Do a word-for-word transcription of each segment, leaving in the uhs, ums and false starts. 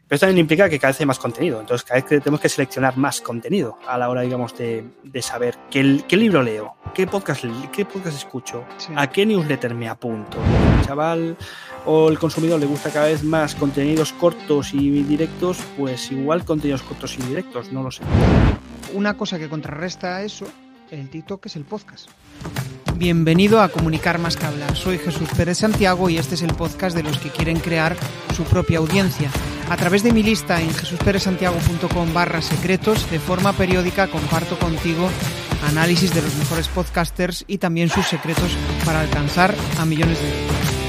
Pero esto también implica que cada vez hay más contenido, entonces cada vez que tenemos que seleccionar más contenido a la hora, digamos, de, de saber qué, qué libro leo, qué podcast, qué podcast escucho, sí. a qué newsletter me apunto. El chaval o el consumidor le gusta cada vez más contenidos cortos y directos, pues igual contenidos cortos y directos, no lo sé. Una cosa que contrarresta a eso, el TikTok, es el podcast. Bienvenido a Comunicar Más que Hablar. Soy Jesús Pérez Santiago y este es el podcast de los que quieren crear su propia audiencia. A través de mi lista en jesusperezsantiago.com barra secretos, de forma periódica comparto contigo análisis de los mejores podcasters y también sus secretos para alcanzar a millones de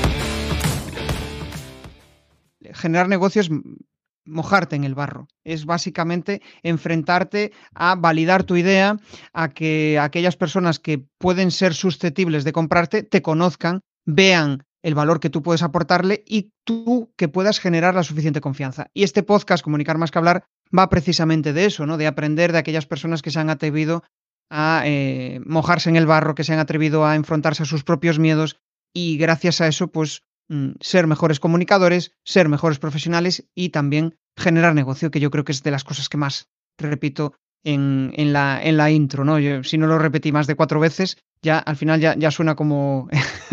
euros. Generar negocios, mojarte en el barro. Es básicamente enfrentarte a validar tu idea, a que aquellas personas que pueden ser susceptibles de comprarte te conozcan, vean el valor que tú puedes aportarle y tú que puedas generar la suficiente confianza. Y este podcast, Comunicar Más que Hablar, va precisamente de eso, ¿no? De aprender de aquellas personas que se han atrevido a eh, mojarse en el barro, que se han atrevido a enfrentarse a sus propios miedos y gracias a eso, pues, mm, ser mejores comunicadores, ser mejores profesionales y también generar negocio, que yo creo que es de las cosas que más repito en, en, la, en la intro, ¿no? Yo, si no lo repetí más de cuatro veces, ya al final ya, ya suena como...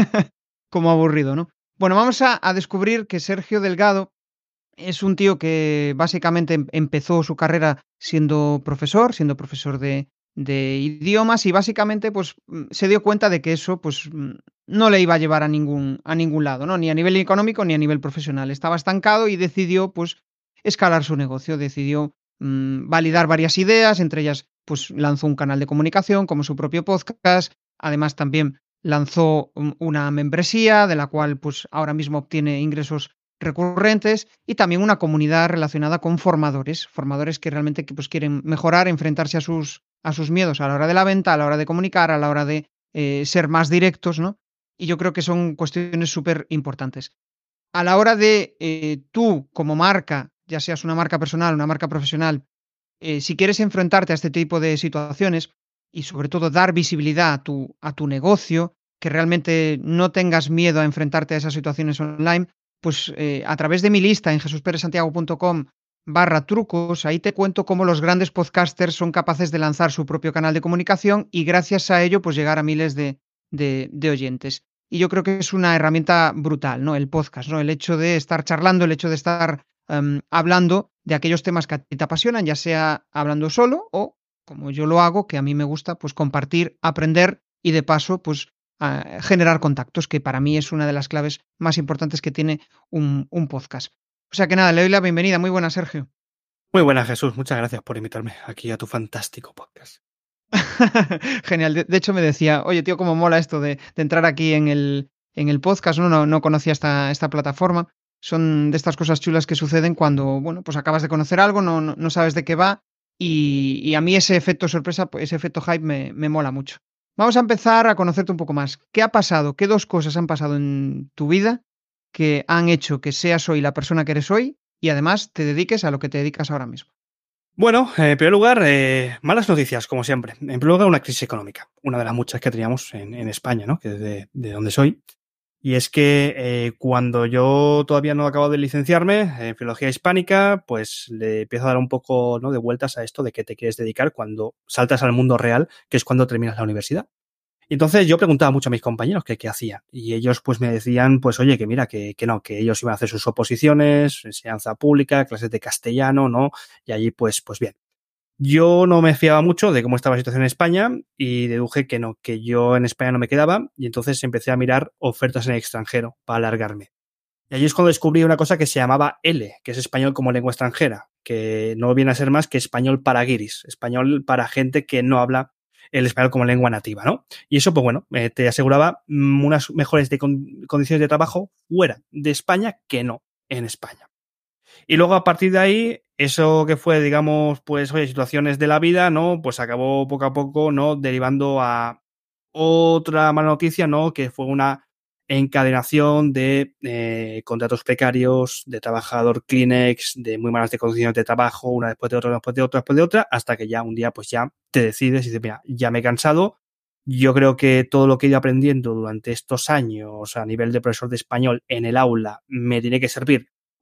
como aburrido, ¿no? Bueno, vamos a, a descubrir que Sergio Delgado es un tío que básicamente em, empezó su carrera siendo profesor, siendo profesor de, de idiomas y básicamente pues se dio cuenta de que eso pues no le iba a llevar a ningún, a ningún lado, ¿no? Ni a nivel económico ni a nivel profesional. Estaba estancado y decidió pues escalar su negocio, decidió mmm, validar varias ideas, entre ellas pues lanzó un canal de comunicación como su propio podcast, además también lanzó una membresía de la cual pues ahora mismo obtiene ingresos recurrentes y también una comunidad relacionada con formadores, formadores que realmente pues, quieren mejorar, enfrentarse a sus, a sus miedos a la hora de la venta, a la hora de comunicar, a la hora de eh, ser más directos, ¿no? Y yo creo que son cuestiones súper importantes. A la hora de eh, tú como marca, ya seas una marca personal, una marca profesional, eh, si quieres enfrentarte a este tipo de situaciones y sobre todo dar visibilidad a tu, a tu negocio, que realmente no tengas miedo a enfrentarte a esas situaciones online, pues eh, a través de mi lista en jesusperezsantiago.com barra trucos, ahí te cuento cómo los grandes podcasters son capaces de lanzar su propio canal de comunicación y gracias a ello pues llegar a miles de, de, de oyentes. Y yo creo que es una herramienta brutal, ¿no? El podcast, ¿no? El hecho de estar charlando, el hecho de estar um, hablando de aquellos temas que a ti te apasionan, ya sea hablando solo o, como yo lo hago, que a mí me gusta, pues compartir, aprender y de paso, pues a generar contactos, que para mí es una de las claves más importantes que tiene un, un podcast. O sea que nada, le doy la bienvenida. Muy buena, Sergio. Muy buena, Jesús. Muchas gracias por invitarme aquí a tu fantástico podcast. Genial. De, de hecho, me decía, oye, tío, cómo mola esto de, de entrar aquí en el, en el podcast. No, no, no conocía esta, esta plataforma. Son de estas cosas chulas que suceden cuando, bueno, pues acabas de conocer algo, no, no, no sabes de qué va y, y a mí ese efecto sorpresa, ese efecto hype me, me mola mucho. Vamos a empezar a conocerte un poco más. ¿Qué ha pasado? ¿Qué dos cosas han pasado en tu vida que han hecho que seas hoy la persona que eres hoy y además te dediques a lo que te dedicas ahora mismo? Bueno, en primer lugar, eh, malas noticias, como siempre. En primer lugar, una crisis económica, una de las muchas que teníamos en, en España, ¿no? Que es de, de donde soy. Y es que eh, cuando yo todavía no acabo de licenciarme en filología hispánica, pues le empiezo a dar un poco, ¿no?, de vueltas a esto de qué te quieres dedicar cuando saltas al mundo real, que es cuando terminas la universidad. Y entonces yo preguntaba mucho a mis compañeros que qué hacían. Y ellos pues me decían, pues oye, que mira, que, que no, que ellos iban a hacer sus oposiciones, enseñanza pública, clases de castellano, ¿no? Y allí pues, pues bien. Yo no me fiaba mucho de cómo estaba la situación en España y deduje que no, que yo en España no me quedaba y entonces empecé a mirar ofertas en el extranjero para alargarme. Y allí es cuando descubrí una cosa que se llamaba L, que es español como lengua extranjera, que no viene a ser más que español para guiris, español para gente que no habla el español como lengua nativa, ¿no? Y eso, pues bueno, eh, te aseguraba unas mejores de con- condiciones de trabajo fuera de España que no en España. Y luego a partir de ahí, eso que fue, digamos, pues, oye, situaciones de la vida, ¿no? Pues acabó poco a poco, ¿no?, derivando a otra mala noticia, ¿no?, que fue una encadenación de eh, contratos precarios, de trabajador Kleenex, de muy malas condiciones de trabajo, una después de otra, después de otra, después de otra, hasta que ya un día pues ya te decides y dices, mira, ya me he cansado. Yo creo que todo lo que he ido aprendiendo durante estos años a nivel de profesor de español en el aula me tiene que servir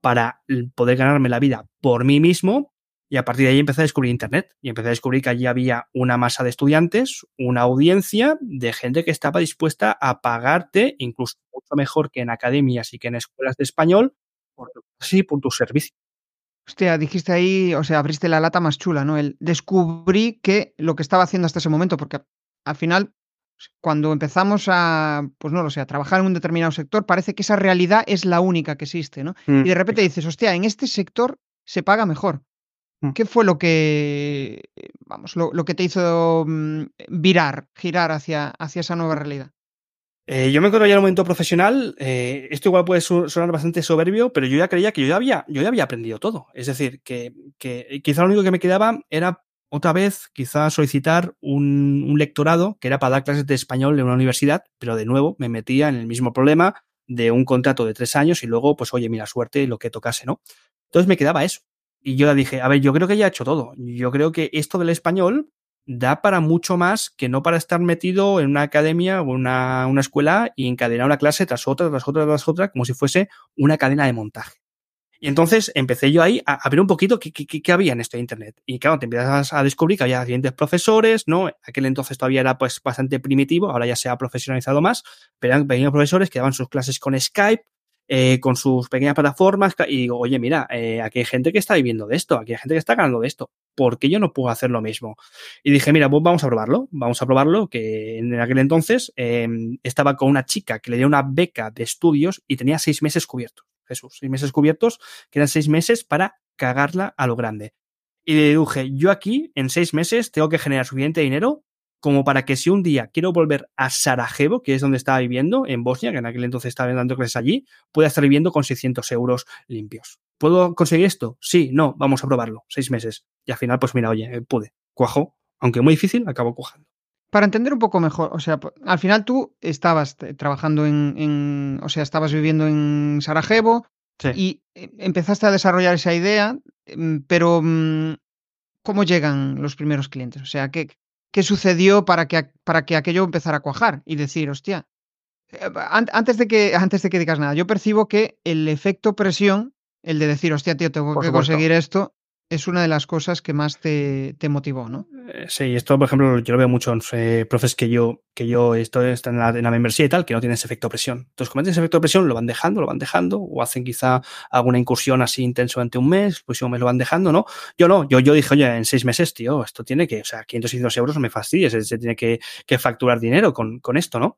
para poder ganarme la vida por mí mismo. Y a partir de ahí empecé a descubrir Internet y empecé a descubrir que allí había una masa de estudiantes, una audiencia de gente que estaba dispuesta a pagarte, incluso mucho mejor que en academias y que en escuelas de español, por, sí, por tu servicio. Hostia, dijiste ahí, o sea, abriste la lata más chula, ¿no? El descubrí que lo que estaba haciendo hasta ese momento, porque al final, cuando empezamos a, pues no lo sé, a trabajar en un determinado sector, parece que esa realidad es la única que existe, ¿no? Mm, Y de repente exacto. dices, hostia, en este sector se paga mejor. Mm. ¿Qué fue lo que, eh, vamos, lo, lo que te hizo mm, virar, girar hacia, hacia esa nueva realidad? Eh, yo me encuentro ya en un momento profesional, eh, esto igual puede su- sonar bastante soberbio, pero yo ya creía que yo ya había, yo ya había aprendido todo. Es decir, que, que quizá lo único que me quedaba era otra vez quizá solicitar un, un lectorado que era para dar clases de español en una universidad, pero de nuevo me metía en el mismo problema de un contrato de tres años y luego, pues oye, mira, suerte lo que tocase, ¿no? Entonces me quedaba eso. Y yo dije, a ver, yo creo que ya he hecho todo. Yo creo que esto del español da para mucho más que no para estar metido en una academia o una, una escuela y encadenar una clase tras otra, tras otra, tras otra, como si fuese una cadena de montaje. Y entonces empecé yo ahí a, a ver un poquito qué, qué, qué había en esto de Internet. Y claro, te empiezas a descubrir que había diferentes profesores, ¿no? Aquel entonces todavía era pues bastante primitivo, ahora ya se ha profesionalizado más, pero eran pequeños profesores que daban sus clases con Skype, eh, con sus pequeñas plataformas, y digo, oye, mira, eh, aquí hay gente que está viviendo de esto, aquí hay gente que está ganando de esto, ¿por qué yo no puedo hacer lo mismo? Y dije, mira, pues vamos a probarlo, vamos a probarlo, que en aquel entonces eh, estaba con una chica que le dio una beca de estudios y tenía seis meses cubiertos. Jesús, seis meses cubiertos, que eran seis meses para cagarla a lo grande. Y le deduje, yo aquí, en seis meses, tengo que generar suficiente dinero como para que si un día quiero volver a Sarajevo, que es donde estaba viviendo, en Bosnia, que en aquel entonces estaba dando clases allí, pueda estar viviendo con seiscientos euros limpios. ¿Puedo conseguir esto? Sí, no, vamos a probarlo. Seis meses. Y al final, pues mira, oye, pude. Cuajó. Aunque muy difícil, acabó cuajando. Para entender un poco mejor, o sea, po- al final tú estabas eh, trabajando en, en- o sea, estabas viviendo en Sarajevo Sí. y eh, empezaste a desarrollar esa idea, em, pero mm, ¿cómo llegan los primeros clientes? O sea, ¿qué, qué sucedió para que, a- para que aquello empezara a cuajar y decir, hostia, eh, an- antes de que, antes de que digas nada, yo percibo que el efecto presión, el de decir, hostia, tío, tengo Por que supuesto. conseguir esto, es una de las cosas que más te, te motivó, ¿no? Eh, Sí, esto, por ejemplo, yo lo veo mucho en eh, profes que yo, que yo estoy está en la, en la membresía y tal, que no tienen ese efecto de presión. Entonces, como tienen ese efecto de presión, lo van dejando, lo van dejando, o hacen quizá alguna incursión así intenso durante un mes, pues un mes lo van dejando, ¿no? Yo no, yo, yo dije, oye, en seis meses, tío, esto tiene que, o sea, quinientos, seiscientos euros no me fastidies, se, se tiene que, que facturar dinero con, con esto, ¿no?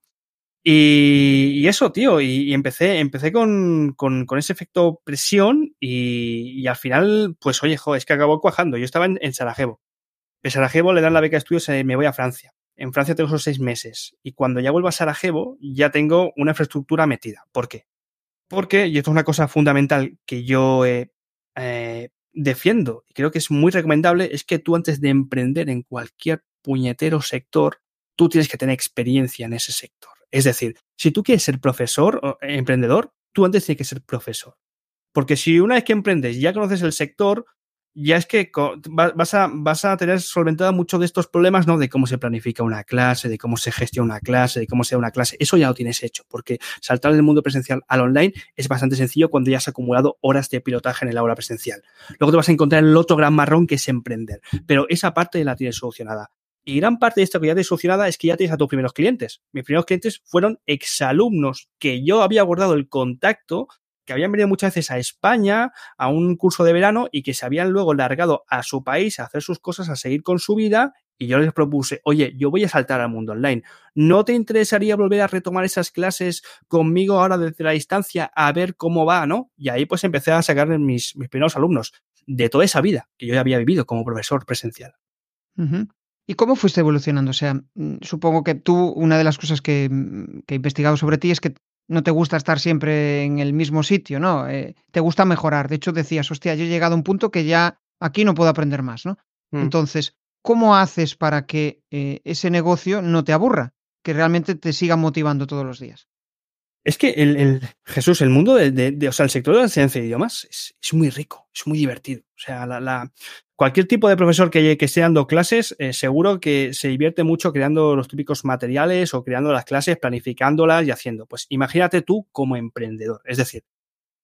Y, y eso, tío, y, y empecé, empecé con, con, con ese efecto presión y, y al final, pues oye, jo, es que acabó cuajando. Yo estaba en, en Sarajevo. De Sarajevo le dan la beca de estudios y me voy a Francia. En Francia tengo esos seis meses. Y cuando ya vuelvo a Sarajevo, ya tengo una infraestructura metida. ¿Por qué? Porque, y esto es una cosa fundamental que yo eh, eh, defiendo y creo que es muy recomendable, es que tú antes de emprender en cualquier puñetero sector, tú tienes que tener experiencia en ese sector. Es decir, si tú quieres ser profesor o eh, emprendedor, tú antes tienes que ser profesor. Porque si una vez que emprendes ya conoces el sector, ya es que vas a, vas a tener solventada muchos de estos problemas, ¿no? De cómo se planifica una clase, de cómo se gestiona una clase, de cómo se da una clase. Eso ya lo tienes hecho, porque saltar del mundo presencial al online es bastante sencillo cuando ya has acumulado horas de pilotaje en el aula presencial. Luego te vas a encontrar el otro gran marrón que es emprender. Pero esa parte la tienes solucionada. Y gran parte de esta que ya tienes solucionada es que ya tienes a tus primeros clientes. Mis primeros clientes fueron exalumnos que yo había guardado el contacto, que habían venido muchas veces a España a un curso de verano y que se habían luego largado a su país a hacer sus cosas, a seguir con su vida. Y yo les propuse, oye, yo voy a saltar al mundo online. ¿No te interesaría volver a retomar esas clases conmigo ahora desde la distancia a ver cómo va, no? Y ahí pues empecé a sacar mis, mis primeros alumnos de toda esa vida que yo ya había vivido como profesor presencial. Ujú. ¿Y cómo fuiste evolucionando? O sea, mm, supongo que tú, una de las cosas que, mm, que he investigado sobre ti es que no te gusta estar siempre en el mismo sitio, ¿no? Eh, te gusta mejorar. De hecho, decías, hostia, yo he llegado a un punto que ya aquí no puedo aprender más, ¿no? Mm. Entonces, ¿cómo haces para que eh, ese negocio no te aburra? Que realmente te siga motivando todos los días. Es que el, el Jesús, el mundo de, de, de, o sea, el sector de la enseñanza de idiomas es, es muy rico, es muy divertido. O sea, la, la, cualquier tipo de profesor que, que esté dando clases, eh, seguro que se divierte mucho creando los típicos materiales o creando las clases, planificándolas y haciendo. Pues imagínate tú como emprendedor. Es decir,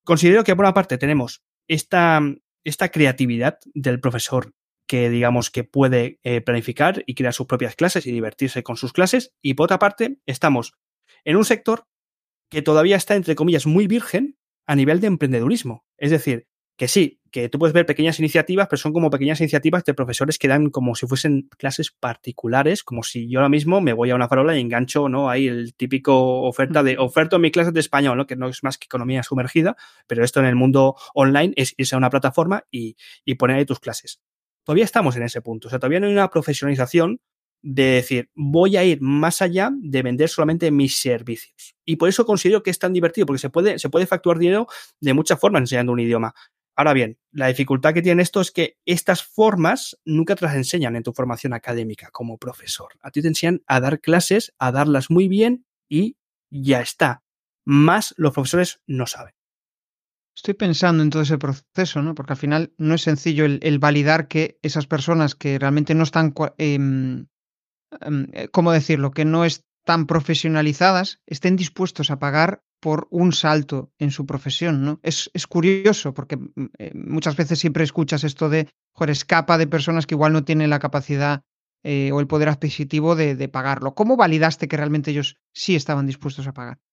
considero que por una parte tenemos esta, esta creatividad del profesor que digamos que puede eh, planificar y crear sus propias clases y divertirse con sus clases, y por otra parte estamos en un sector que todavía está, entre comillas, muy virgen a nivel de emprendedurismo. Es decir, que sí, que tú puedes ver pequeñas iniciativas, pero son como pequeñas iniciativas de profesores que dan como si fuesen clases particulares, como si yo ahora mismo me voy a una farola y engancho, ¿no? Ahí el típico oferta de oferto en mi clase de español, ¿no? Que no es más que economía sumergida, pero esto en el mundo online es irse a una plataforma y, y poner ahí tus clases. Todavía estamos en ese punto, o sea, todavía no hay una profesionalización de decir, voy a ir más allá de vender solamente mis servicios. Y por eso considero que es tan divertido, porque se puede, se puede facturar dinero de muchas formas enseñando un idioma. Ahora bien, la dificultad que tiene esto es que estas formas nunca te las enseñan en tu formación académica como profesor. A ti te enseñan a dar clases, a darlas muy bien y ya está. Más los profesores no saben. Estoy pensando en todo ese proceso, ¿no? Porque al final no es sencillo el, el validar que esas personas que realmente no están, eh, eh, ¿cómo decirlo? Que no están profesionalizadas, estén dispuestos a pagar por un salto en su profesión, ¿no? Es, es curioso porque eh, muchas veces siempre escuchas esto de, joder, escapa de personas que igual no tienen la capacidad eh, o el poder adquisitivo de, de pagarlo. ¿Cómo validaste que realmente ellos sí estaban dispuestos a pagar?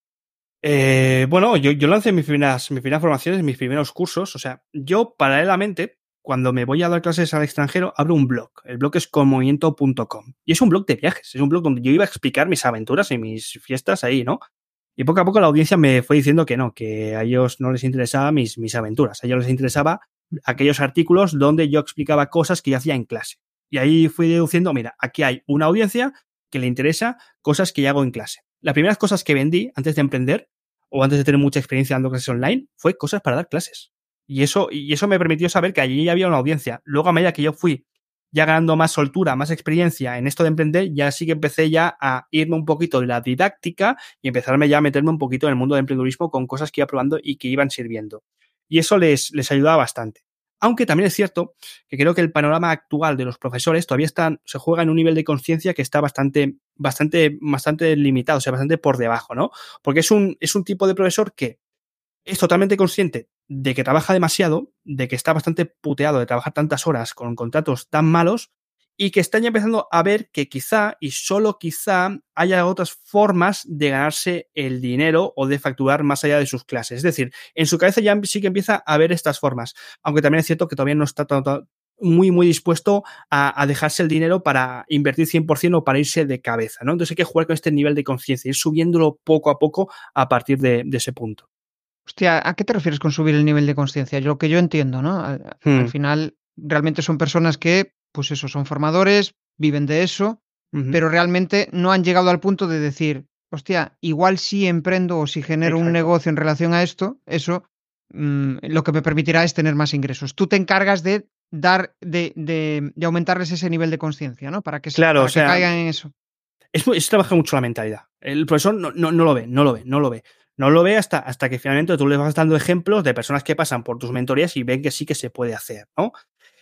Eh, bueno, yo, yo lancé mis primeras, mis primeras formaciones, mis primeros cursos. O sea, yo paralelamente, cuando me voy a dar clases al extranjero, abro un blog. El blog es conmovimiento punto com. Y es un blog de viajes. Es un blog donde yo iba a explicar mis aventuras y mis fiestas ahí, ¿no? Y poco a poco la audiencia me fue diciendo que no, que a ellos no les interesaba mis, mis aventuras. A ellos les interesaba aquellos artículos donde yo explicaba cosas que yo hacía en clase. Y ahí fui deduciendo, mira, aquí hay una audiencia que le interesa cosas que yo hago en clase. Las primeras cosas que vendí antes de emprender o antes de tener mucha experiencia dando clases online fue cosas para dar clases. Y eso, y eso me permitió saber que allí ya había una audiencia. Luego, a medida que yo fui ya ganando más soltura, más experiencia en esto de emprender, ya sí que empecé ya a irme un poquito de la didáctica y empezarme ya a meterme un poquito en el mundo del emprendedurismo con cosas que iba probando y que iban sirviendo. Y eso les, les ayudaba bastante. Aunque también es cierto que creo que el panorama actual de los profesores todavía están, se juega en un nivel de conciencia que está bastante, bastante, bastante limitado, o sea, bastante por debajo, ¿no? Porque es un, es un tipo de profesor que es totalmente consciente de que trabaja demasiado, de que está bastante puteado de trabajar tantas horas con contratos tan malos y que están ya empezando a ver que quizá y solo quizá haya otras formas de ganarse el dinero o de facturar más allá de sus clases. Es decir, en su cabeza ya sí que empieza a ver estas formas, aunque también es cierto que todavía no está muy, muy dispuesto a, a dejarse el dinero para invertir cien por ciento o para irse de cabeza, ¿no? Entonces hay que jugar con este nivel de conciencia, ir subiéndolo poco a poco a partir de, de ese punto. Hostia, ¿a qué te refieres con subir el nivel de conciencia? Lo que yo entiendo, ¿no? Al, al Hmm. final, realmente son personas que, pues eso, son formadores, viven de eso, Uh-huh. pero realmente no han llegado al punto de decir, hostia, igual si emprendo o si genero un Exacto. negocio en relación a esto, eso mmm, lo que me permitirá es tener más ingresos. Tú te encargas de dar, de, de, de aumentarles ese nivel de conciencia, ¿no? Para que, Claro, o para que sea, caigan en eso. es, es trabajar mucho la mentalidad. El profesor no, no, no lo ve, no lo ve, no lo ve. No lo ve hasta, hasta que finalmente tú le vas dando ejemplos de personas que pasan por tus mentorías y ven que sí que se puede hacer, ¿no?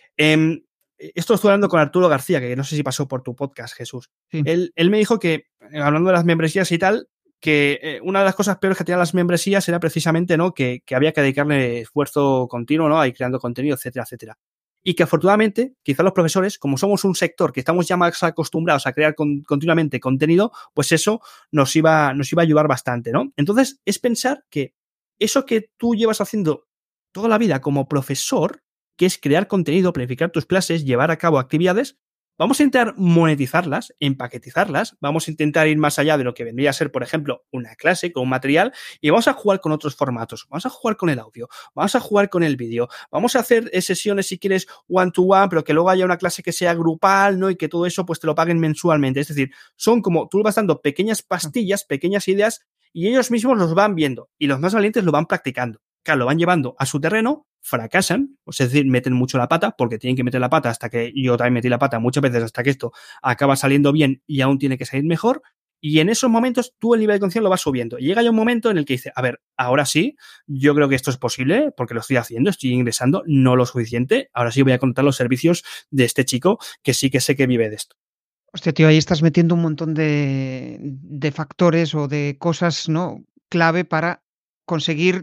Eh, esto estoy hablando con Arturo García, que no sé si pasó por tu podcast, Jesús. Sí. Él, él me dijo que, hablando de las membresías y tal, que eh, una de las cosas peores que tenían las membresías era precisamente, ¿no? Que, que había que dedicarle esfuerzo continuo, ¿no? A ir creando contenido, etcétera, etcétera. Y que afortunadamente, quizás los profesores, como somos un sector que estamos ya más acostumbrados a crear con, continuamente contenido, pues eso nos iba, nos iba a ayudar bastante, ¿no? Entonces, es pensar que eso que tú llevas haciendo toda la vida como profesor, que es crear contenido, planificar tus clases, llevar a cabo actividades, vamos a intentar monetizarlas, empaquetizarlas, vamos a intentar ir más allá de lo que vendría a ser, por ejemplo, una clase con un material y vamos a jugar con otros formatos, vamos a jugar con el audio, vamos a jugar con el vídeo, vamos a hacer sesiones si quieres one to one, pero que luego haya una clase que sea grupal, ¿no? Y que todo eso pues te lo paguen mensualmente. Es decir, son como tú vas dando pequeñas pastillas, pequeñas ideas y ellos mismos los van viendo y los más valientes lo van practicando. Claro, lo van llevando a su terreno, fracasan, es decir, meten mucho la pata, porque tienen que meter la pata hasta que yo también metí la pata muchas veces hasta que esto acaba saliendo bien y aún tiene que salir mejor. Y en esos momentos tú el nivel de conciencia lo vas subiendo. Y llega ya un momento en el que dice, a ver, ahora sí, yo creo que esto es posible, porque lo estoy haciendo, estoy ingresando, no lo suficiente. Ahora sí voy a contar los servicios de este chico que sí que sé que vive de esto. Hostia, tío, ahí estás metiendo un montón de, de factores o de cosas, ¿no? Clave para conseguir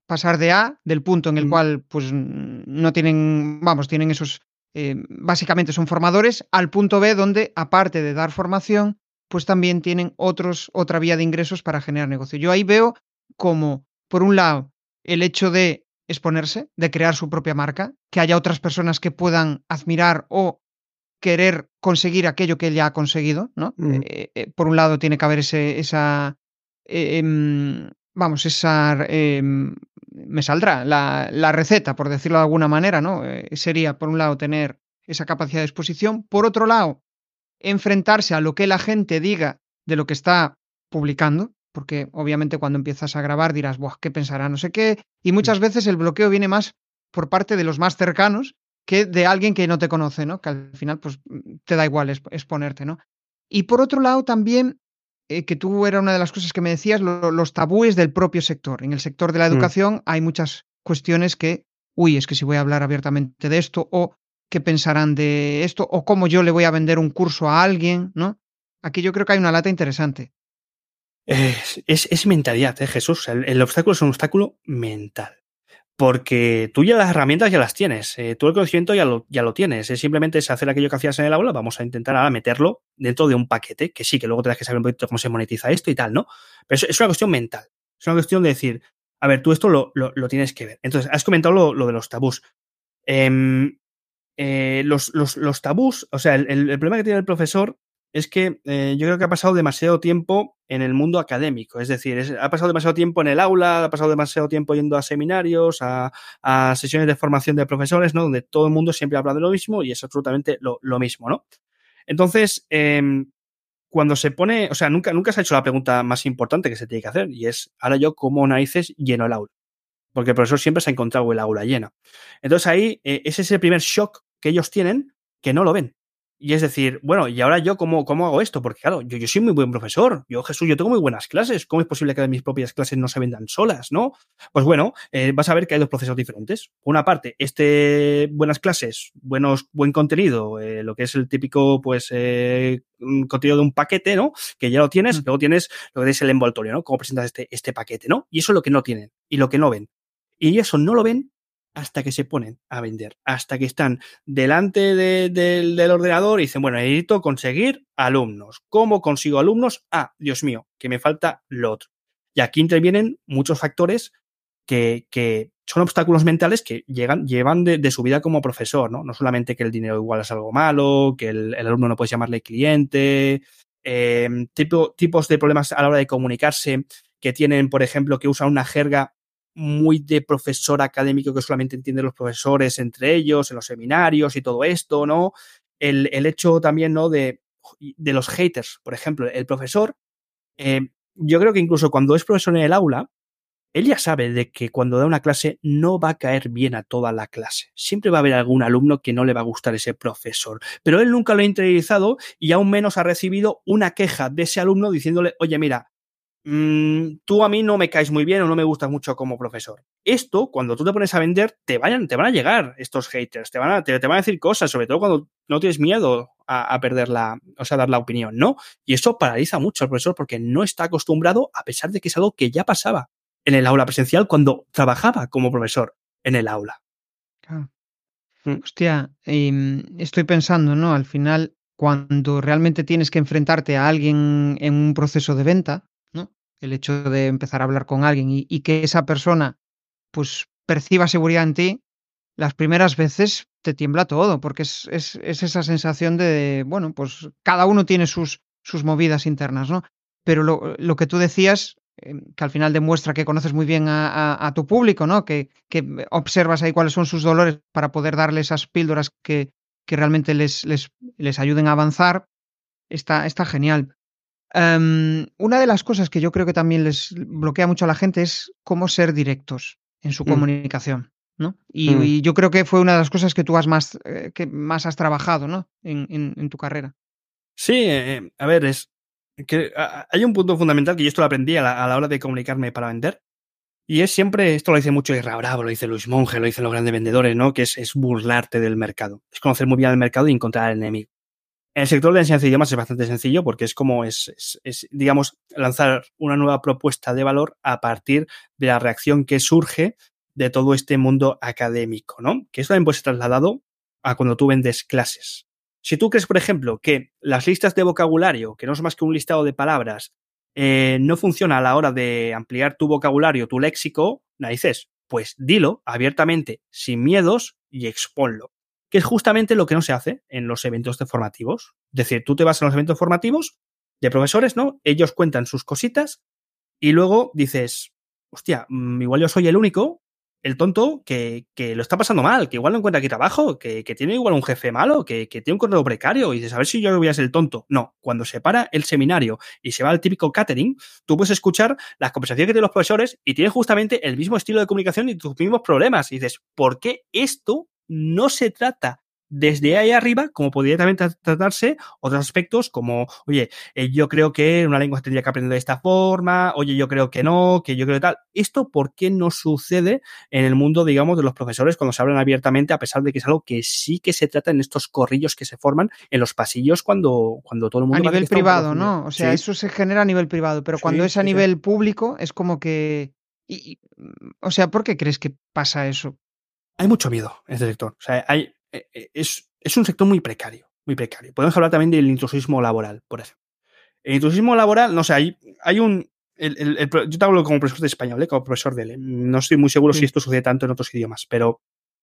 pasar de A, del punto en el Mm. cual pues no tienen, vamos, tienen esos, eh, básicamente son formadores, al punto B, donde aparte de dar formación, pues también tienen otros, otra vía de ingresos para generar negocio. Yo ahí veo como, por un lado, el hecho de exponerse, de crear su propia marca, que haya otras personas que puedan admirar o querer conseguir aquello que él ya ha conseguido, ¿no? Mm. Eh, eh, por un lado tiene que haber ese, esa, eh, em, vamos, esa, em, me saldrá la, la receta, por decirlo de alguna manera, ¿no? Eh, sería, por un lado, tener esa capacidad de exposición, por otro lado, enfrentarse a lo que la gente diga de lo que está publicando, porque obviamente cuando empiezas a grabar dirás, Buah, ¿qué pensará? No sé qué. Y Mm. muchas veces el bloqueo viene más por parte de los más cercanos que de alguien que no te conoce, ¿no? Que al final, pues, mm, te da igual exp- exponerte, ¿no? Y por otro lado, también, eh, que tú era una de las cosas que me decías, lo- los tabúes del propio sector. En el sector de la Mm. educación hay muchas cuestiones que, uy, es que si voy a hablar abiertamente de esto, o qué pensarán de esto, o cómo yo le voy a vender un curso a alguien, ¿no? Aquí yo creo que hay una lata interesante. Es, es, es mentalidad, ¿eh, Jesús? El, el obstáculo es un obstáculo mental. Porque tú ya las herramientas ya las tienes, eh, tú el conocimiento ya lo, ya lo tienes, es simplemente es hacer aquello que hacías en el aula, vamos a intentar ahora meterlo dentro de un paquete, que sí, que luego tendrás que saber un poquito cómo se monetiza esto y tal, ¿no? Pero es, es una cuestión mental, es una cuestión de decir, a ver, tú esto lo, lo, lo tienes que ver. Entonces, has comentado lo, lo de los tabús. Eh, eh, los, los, los tabús, o sea, el, el, el problema que tiene el profesor es que eh, yo creo que ha pasado demasiado tiempo en el mundo académico, es decir, es, ha pasado demasiado tiempo en el aula, ha pasado demasiado tiempo yendo a seminarios, a, a sesiones de formación de profesores, ¿no? Donde todo el mundo siempre habla de lo mismo y es absolutamente lo, lo mismo, ¿no? Entonces, eh, cuando se pone, o sea, nunca, nunca se ha hecho la pregunta más importante que se tiene que hacer y es, ahora yo como narices lleno el aula, porque el profesor siempre se ha encontrado el aula llena. Entonces ahí eh, ese es el primer shock que ellos tienen, que no lo ven. Y es decir, bueno, ¿y ahora yo cómo, cómo hago esto? Porque claro, yo, yo soy muy buen profesor. Yo, Jesús, yo tengo muy buenas clases. ¿Cómo es posible que mis propias clases no se vendan solas, no? Pues bueno, eh, vas a ver que hay dos procesos diferentes. Por una parte, este buenas clases, buenos, buen contenido, eh, lo que es el típico, pues, eh, contenido de un paquete, ¿no? Que ya lo tienes. Mm. Luego tienes lo que es el envoltorio, ¿no? Cómo presentas este, este paquete, ¿no? Y eso es lo que no tienen y lo que no ven. Y eso no lo ven hasta que se ponen a vender, hasta que están delante de, de, del ordenador y dicen, bueno, necesito conseguir alumnos. ¿Cómo consigo alumnos? Ah, Dios mío, que me falta lo otro. Y aquí intervienen muchos factores que, que son obstáculos mentales que llegan, llevan de, de su vida como profesor, ¿no? No solamente que el dinero igual es algo malo, que el, el alumno no puede llamarle cliente, eh, tipo, tipos de problemas a la hora de comunicarse que tienen, por ejemplo, que usan una jerga muy de profesor académico que solamente entienden los profesores entre ellos, en los seminarios y todo esto, ¿no? El, el hecho también, ¿no? De, de los haters, por ejemplo, el profesor, eh, yo creo que incluso cuando es profesor en el aula, él ya sabe de que cuando da una clase no va a caer bien a toda la clase. Siempre va a haber algún alumno que no le va a gustar ese profesor. Pero él nunca lo ha interiorizado y aún menos ha recibido una queja de ese alumno diciéndole, oye, mira, mmm, tú a mí no me caes muy bien o no me gustas mucho como profesor. Esto, cuando tú te pones a vender, te, vayan, te van a llegar estos haters, te van a, te, te van a decir cosas, sobre todo cuando no tienes miedo a, a perder la, o sea, dar la opinión, ¿no? Y eso paraliza mucho al profesor porque no está acostumbrado, a pesar de que es algo que ya pasaba en el aula presencial cuando trabajaba como profesor en el aula. Claro. Mm. Hostia, em, estoy pensando, ¿no? Al final, cuando realmente tienes que enfrentarte a alguien en un proceso de venta, ¿no? El hecho de empezar a hablar con alguien y, y que esa persona, pues, perciba seguridad en ti, las primeras veces te tiembla todo, porque es, es, es esa sensación de, bueno, pues cada uno tiene sus, sus movidas internas, ¿no? Pero lo, lo que tú decías, em, que al final demuestra que conoces muy bien a, a- a tu público, ¿no? Que, que observas ahí cuáles son sus dolores para poder darle esas píldoras que, que realmente les, les, les ayuden a avanzar, está, está genial. Em, una de las cosas que yo creo que también les bloquea mucho a la gente es cómo ser directos en su Mm. comunicación, ¿no? Y, Mm. y yo creo que fue una de las cosas que tú has más, eh, que más has trabajado, ¿no? En, en- en tu carrera. Sí, eh, a ver, es que a- hay un punto fundamental que yo esto lo aprendí a la, a la hora de comunicarme para vender. Y es siempre, esto lo dice mucho Isra Bravo, lo dice Luis Monge, lo dicen los grandes vendedores, ¿no? Que es, es burlarte del mercado. Es conocer muy bien el mercado y encontrar al enemigo. En el sector de enseñanza de idiomas es bastante sencillo porque es como es, es, es, digamos, lanzar una nueva propuesta de valor a partir de la reacción que surge de todo este mundo académico, ¿no? Que eso también puede ser trasladado a cuando tú vendes clases. Si tú crees, por ejemplo, que las listas de vocabulario, que no es más que un listado de palabras, eh, no funciona a la hora de ampliar tu vocabulario, tu léxico, narices, pues dilo abiertamente, sin miedos y exponlo. Que es justamente lo que no se hace en los eventos formativos. Es decir, tú te vas a los eventos formativos de profesores, ¿no? Ellos cuentan sus cositas y luego dices, hostia, igual yo soy el único, el tonto, que, que lo está pasando mal, que igual no encuentra aquí trabajo, que, que tiene igual un jefe malo, que, que tiene un correo precario, y dices, a ver si yo voy a ser el tonto. No, cuando se para el seminario y se va al típico catering, tú puedes escuchar las conversaciones que tienen los profesores y tienes justamente el mismo estilo de comunicación y tus mismos problemas. Y dices, ¿por qué esto no se trata desde ahí arriba, como podría también tratarse otros aspectos como, oye, eh, yo creo que una lengua se tendría que aprender de esta forma, oye, yo creo que no, que yo creo que tal. ¿Esto por qué no sucede en el mundo, digamos, de los profesores cuando se hablan abiertamente, a pesar de que es algo que sí que se trata en estos corrillos que se forman en los pasillos cuando, cuando todo el mundo... A nivel privado, ¿no? O sea, sí. eso se genera a nivel privado, pero Sí, cuando es a sí, nivel sí. público es como que... Y, y, o sea, ¿por qué crees que pasa eso? Hay mucho miedo en este sector. O sea, hay, es, es un sector muy precario, muy precario. Podemos hablar también del intrusismo laboral, por ejemplo. El intrusismo laboral, no sé, hay, hay un... El, el, el, yo te hablo como profesor de español, ¿eh? Como profesor de... No estoy muy seguro Sí. si esto sucede tanto en otros idiomas, pero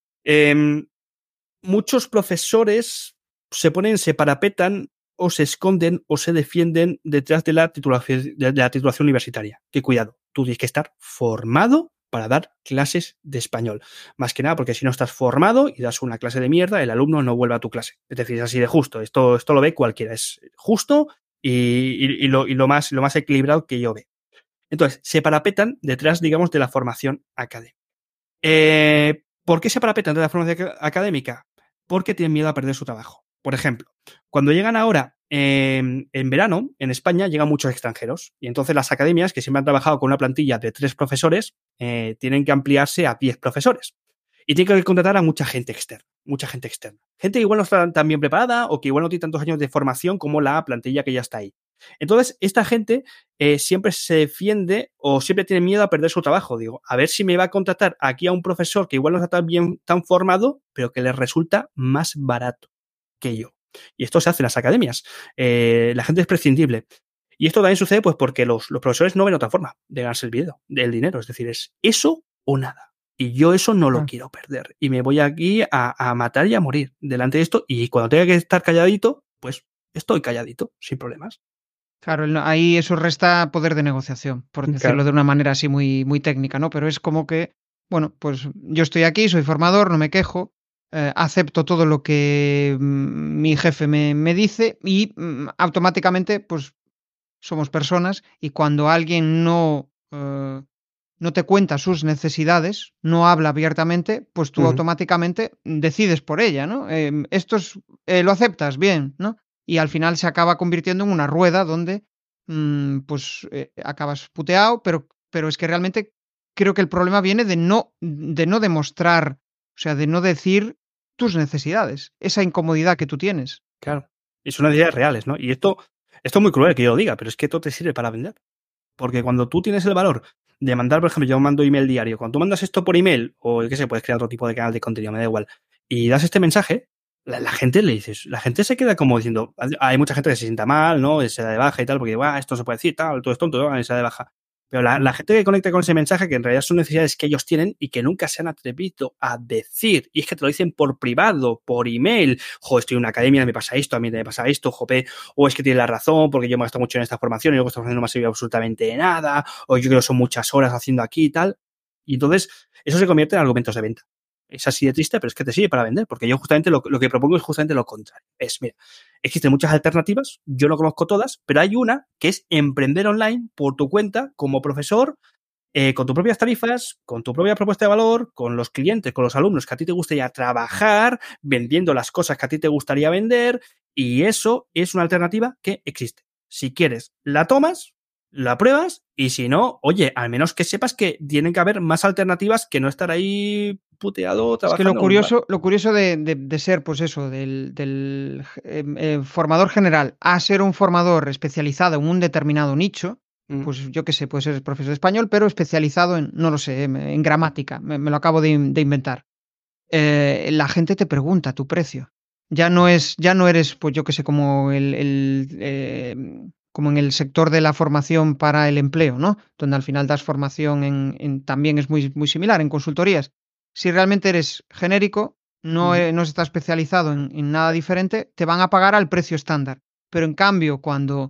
eh, muchos profesores se ponen, se parapetan o se esconden o se defienden detrás de la titulación, de la titulación universitaria. Que cuidado, tú tienes que estar formado para dar clases de español. Más que nada porque si no estás formado y das una clase de mierda, el alumno no vuelve a tu clase. Es decir, es así de justo. Esto, esto lo ve cualquiera. Es justo y, y, y, lo, y lo, más, lo más equilibrado que yo veo. Entonces, se parapetan detrás, digamos, de la formación académica. Eh, ¿Por qué se parapetan de la formación académica? Porque tienen miedo a perder su trabajo. Por ejemplo, cuando llegan ahora eh, en verano, en España llegan muchos extranjeros y entonces las academias, que siempre han trabajado con una plantilla de tres profesores, eh, tienen que ampliarse a diez profesores. Y tienen que contratar a mucha gente externa, mucha gente externa. Gente que igual no está tan bien preparada o que igual no tiene tantos años de formación como la plantilla que ya está ahí. Entonces, esta gente eh, siempre se defiende o siempre tiene miedo a perder su trabajo. Digo, a ver si me va a contratar aquí a un profesor que igual no está tan bien tan formado, pero que les resulta más barato que yo. Y esto se hace en las academias. Eh, la gente es prescindible. Y esto también sucede pues porque los, los profesores no ven otra forma de ganarse el, video, el dinero. Es decir, es eso o nada. Y yo eso no lo ah. quiero perder. Y me voy aquí a, a matar y a morir delante de esto. Y cuando tenga que estar calladito, pues estoy calladito, sin problemas. Claro, ahí eso resta poder de negociación, por decirlo claro. de una manera así muy, muy técnica, ¿no? Pero es como que, bueno, pues yo estoy aquí, soy formador, no me quejo, eh, acepto todo lo que mm, mi jefe me, me dice y mm, automáticamente, pues somos personas y cuando alguien no, eh, no te cuenta sus necesidades, no habla abiertamente, pues tú uh-huh. automáticamente decides por ella, ¿no? Eh, esto es, eh, lo aceptas, bien, ¿no? Y al final se acaba convirtiendo en una rueda donde mmm, pues eh, acabas puteado, pero, pero es que realmente creo que el problema viene de no, de no demostrar, o sea, de no decir tus necesidades, esa incomodidad que tú tienes. Claro, y son necesidades reales, ¿no? Y esto, esto es muy cruel que yo lo diga, pero es que esto te sirve para vender. Porque cuando tú tienes el valor de mandar, por ejemplo, yo mando email diario, cuando tú mandas esto por email, o yo qué sé, puedes crear otro tipo de canal de contenido, me da igual, y das este mensaje, la, la gente le dices, la gente se queda como diciendo, hay mucha gente que se sienta mal, ¿no? Se da de baja y tal, porque ah, esto se puede decir, tal, todo es tonto, ¿no? Se da de baja. Pero la, la gente que conecta con ese mensaje, que en realidad son necesidades que ellos tienen y que nunca se han atrevido a decir, y es que te lo dicen por privado, por email, jo, estoy en una academia, me pasa esto, a mí me pasa esto, jope, o es que tiene la razón, porque yo me he gastado mucho en esta formación y luego esta formación no me ha servido absolutamente de nada, o yo creo que son muchas horas haciendo aquí y tal, y entonces eso se convierte en argumentos de venta. Es así de triste, pero es que te sirve para vender, porque yo justamente lo, lo que propongo es justamente lo contrario. Es, mira, existen muchas alternativas, yo no conozco todas, pero hay una que es emprender online por tu cuenta como profesor, eh, con tus propias tarifas, con tu propia propuesta de valor, con los clientes, con los alumnos que a ti te gustaría trabajar, vendiendo las cosas que a ti te gustaría vender, y eso es una alternativa que existe. Si quieres, la tomas, la pruebas Y si no, oye, al menos que sepas que tienen que haber más alternativas que no estar ahí puteado trabajando. Es que lo curioso, lo curioso de, de, de ser, pues eso, del, del eh, eh, formador general a ser un formador especializado en un determinado nicho, mm. pues yo qué sé, puede ser profesor de español, pero especializado en, no lo sé, en, en gramática, me, me lo acabo de, de inventar. Eh, la gente te pregunta tu precio. Ya no es, ya no eres, pues yo qué sé, como el, el eh, como en el sector de la formación para el empleo, ¿no? Donde al final das formación en, en también es muy, muy similar en consultorías. Si realmente eres genérico, no, uh-huh. no estás especializado en, en nada diferente, te van a pagar al precio estándar. Pero en cambio, cuando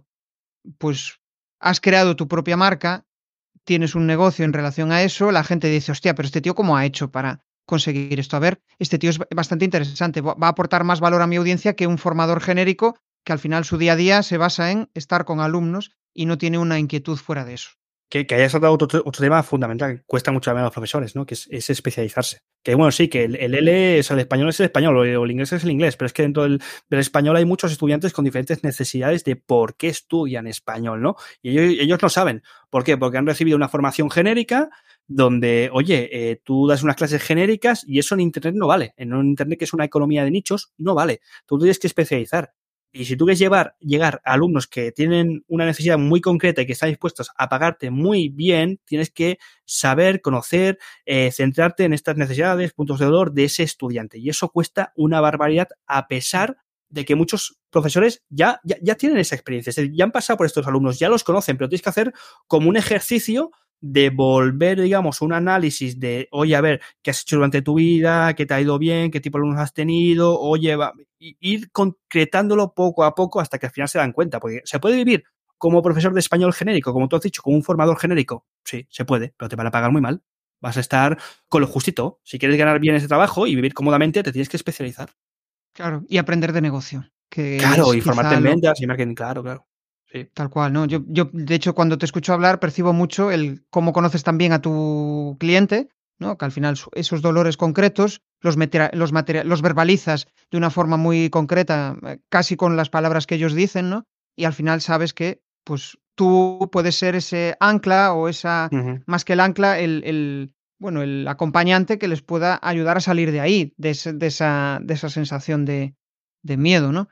pues has creado tu propia marca, tienes un negocio en relación a eso, la gente dice, hostia, pero este tío ¿cómo ha hecho para conseguir esto? A ver, este tío es bastante interesante, va a aportar más valor a mi audiencia que un formador genérico que al final su día a día se basa en estar con alumnos y no tiene una inquietud fuera de eso. Que, que hayas tratado otro, otro tema fundamental que cuesta mucho a los profesores, ¿no? Que es, es especializarse. Que bueno, sí, que el, el L, o sea, el español es el español o el inglés es el inglés, pero es que dentro del, del español hay muchos estudiantes con diferentes necesidades de por qué estudian español, ¿no? Y ellos, ellos no saben. ¿Por qué? Porque han recibido una formación genérica donde, oye, eh, tú das unas clases genéricas y eso en Internet no vale. En un Internet que es una economía de nichos, no vale. Tú tienes que especializar. Y si tú quieres llevar, llegar a alumnos que tienen una necesidad muy concreta y que están dispuestos a pagarte muy bien, tienes que saber, conocer, eh, centrarte en estas necesidades, puntos de dolor de ese estudiante. Y eso cuesta una barbaridad a pesar de que muchos profesores ya, ya, ya tienen esa experiencia. Es decir, ya han pasado por estos alumnos, ya los conocen, pero tienes que hacer como un ejercicio de volver, digamos, un análisis de, oye, a ver, ¿qué has hecho durante tu vida? ¿Qué te ha ido bien? ¿Qué tipo de alumnos has tenido? Oye, va, ir concretándolo poco a poco hasta que al final se dan cuenta, porque se puede vivir como profesor de español genérico, como tú has dicho, como un formador genérico. Sí, se puede, pero te van a pagar muy mal. Vas a estar con lo justito. Si quieres ganar bien ese trabajo y vivir cómodamente, te tienes que especializar. Claro, y aprender de negocio. Que claro, es y formarte en lo... ventas y marketing, claro, claro. Sí. Tal cual, ¿no? Yo, yo, de hecho, cuando te escucho hablar, percibo mucho el cómo conoces también a tu cliente, ¿no? Que al final esos dolores concretos los, los, los verbalizas de una forma muy concreta, casi con las palabras que ellos dicen, ¿no? Y al final sabes que, pues, tú puedes ser ese ancla o esa, uh-huh. más que el ancla, el, el, bueno, el acompañante que les pueda ayudar a salir de ahí, de, ese, de, esa, de esa sensación de, de miedo, ¿no?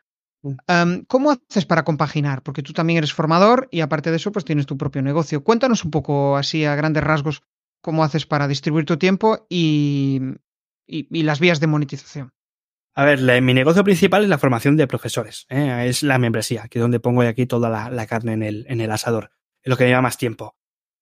Um, ¿Cómo haces para compaginar? Porque tú también eres formador y aparte de eso, pues tienes tu propio negocio. Cuéntanos un poco así a grandes rasgos cómo haces para distribuir tu tiempo y, y, y las vías de monetización. A ver, la, mi negocio principal es la formación de profesores, ¿eh? Es la membresía, que es donde pongo aquí toda la, la carne en el, en el asador, es lo que me lleva más tiempo.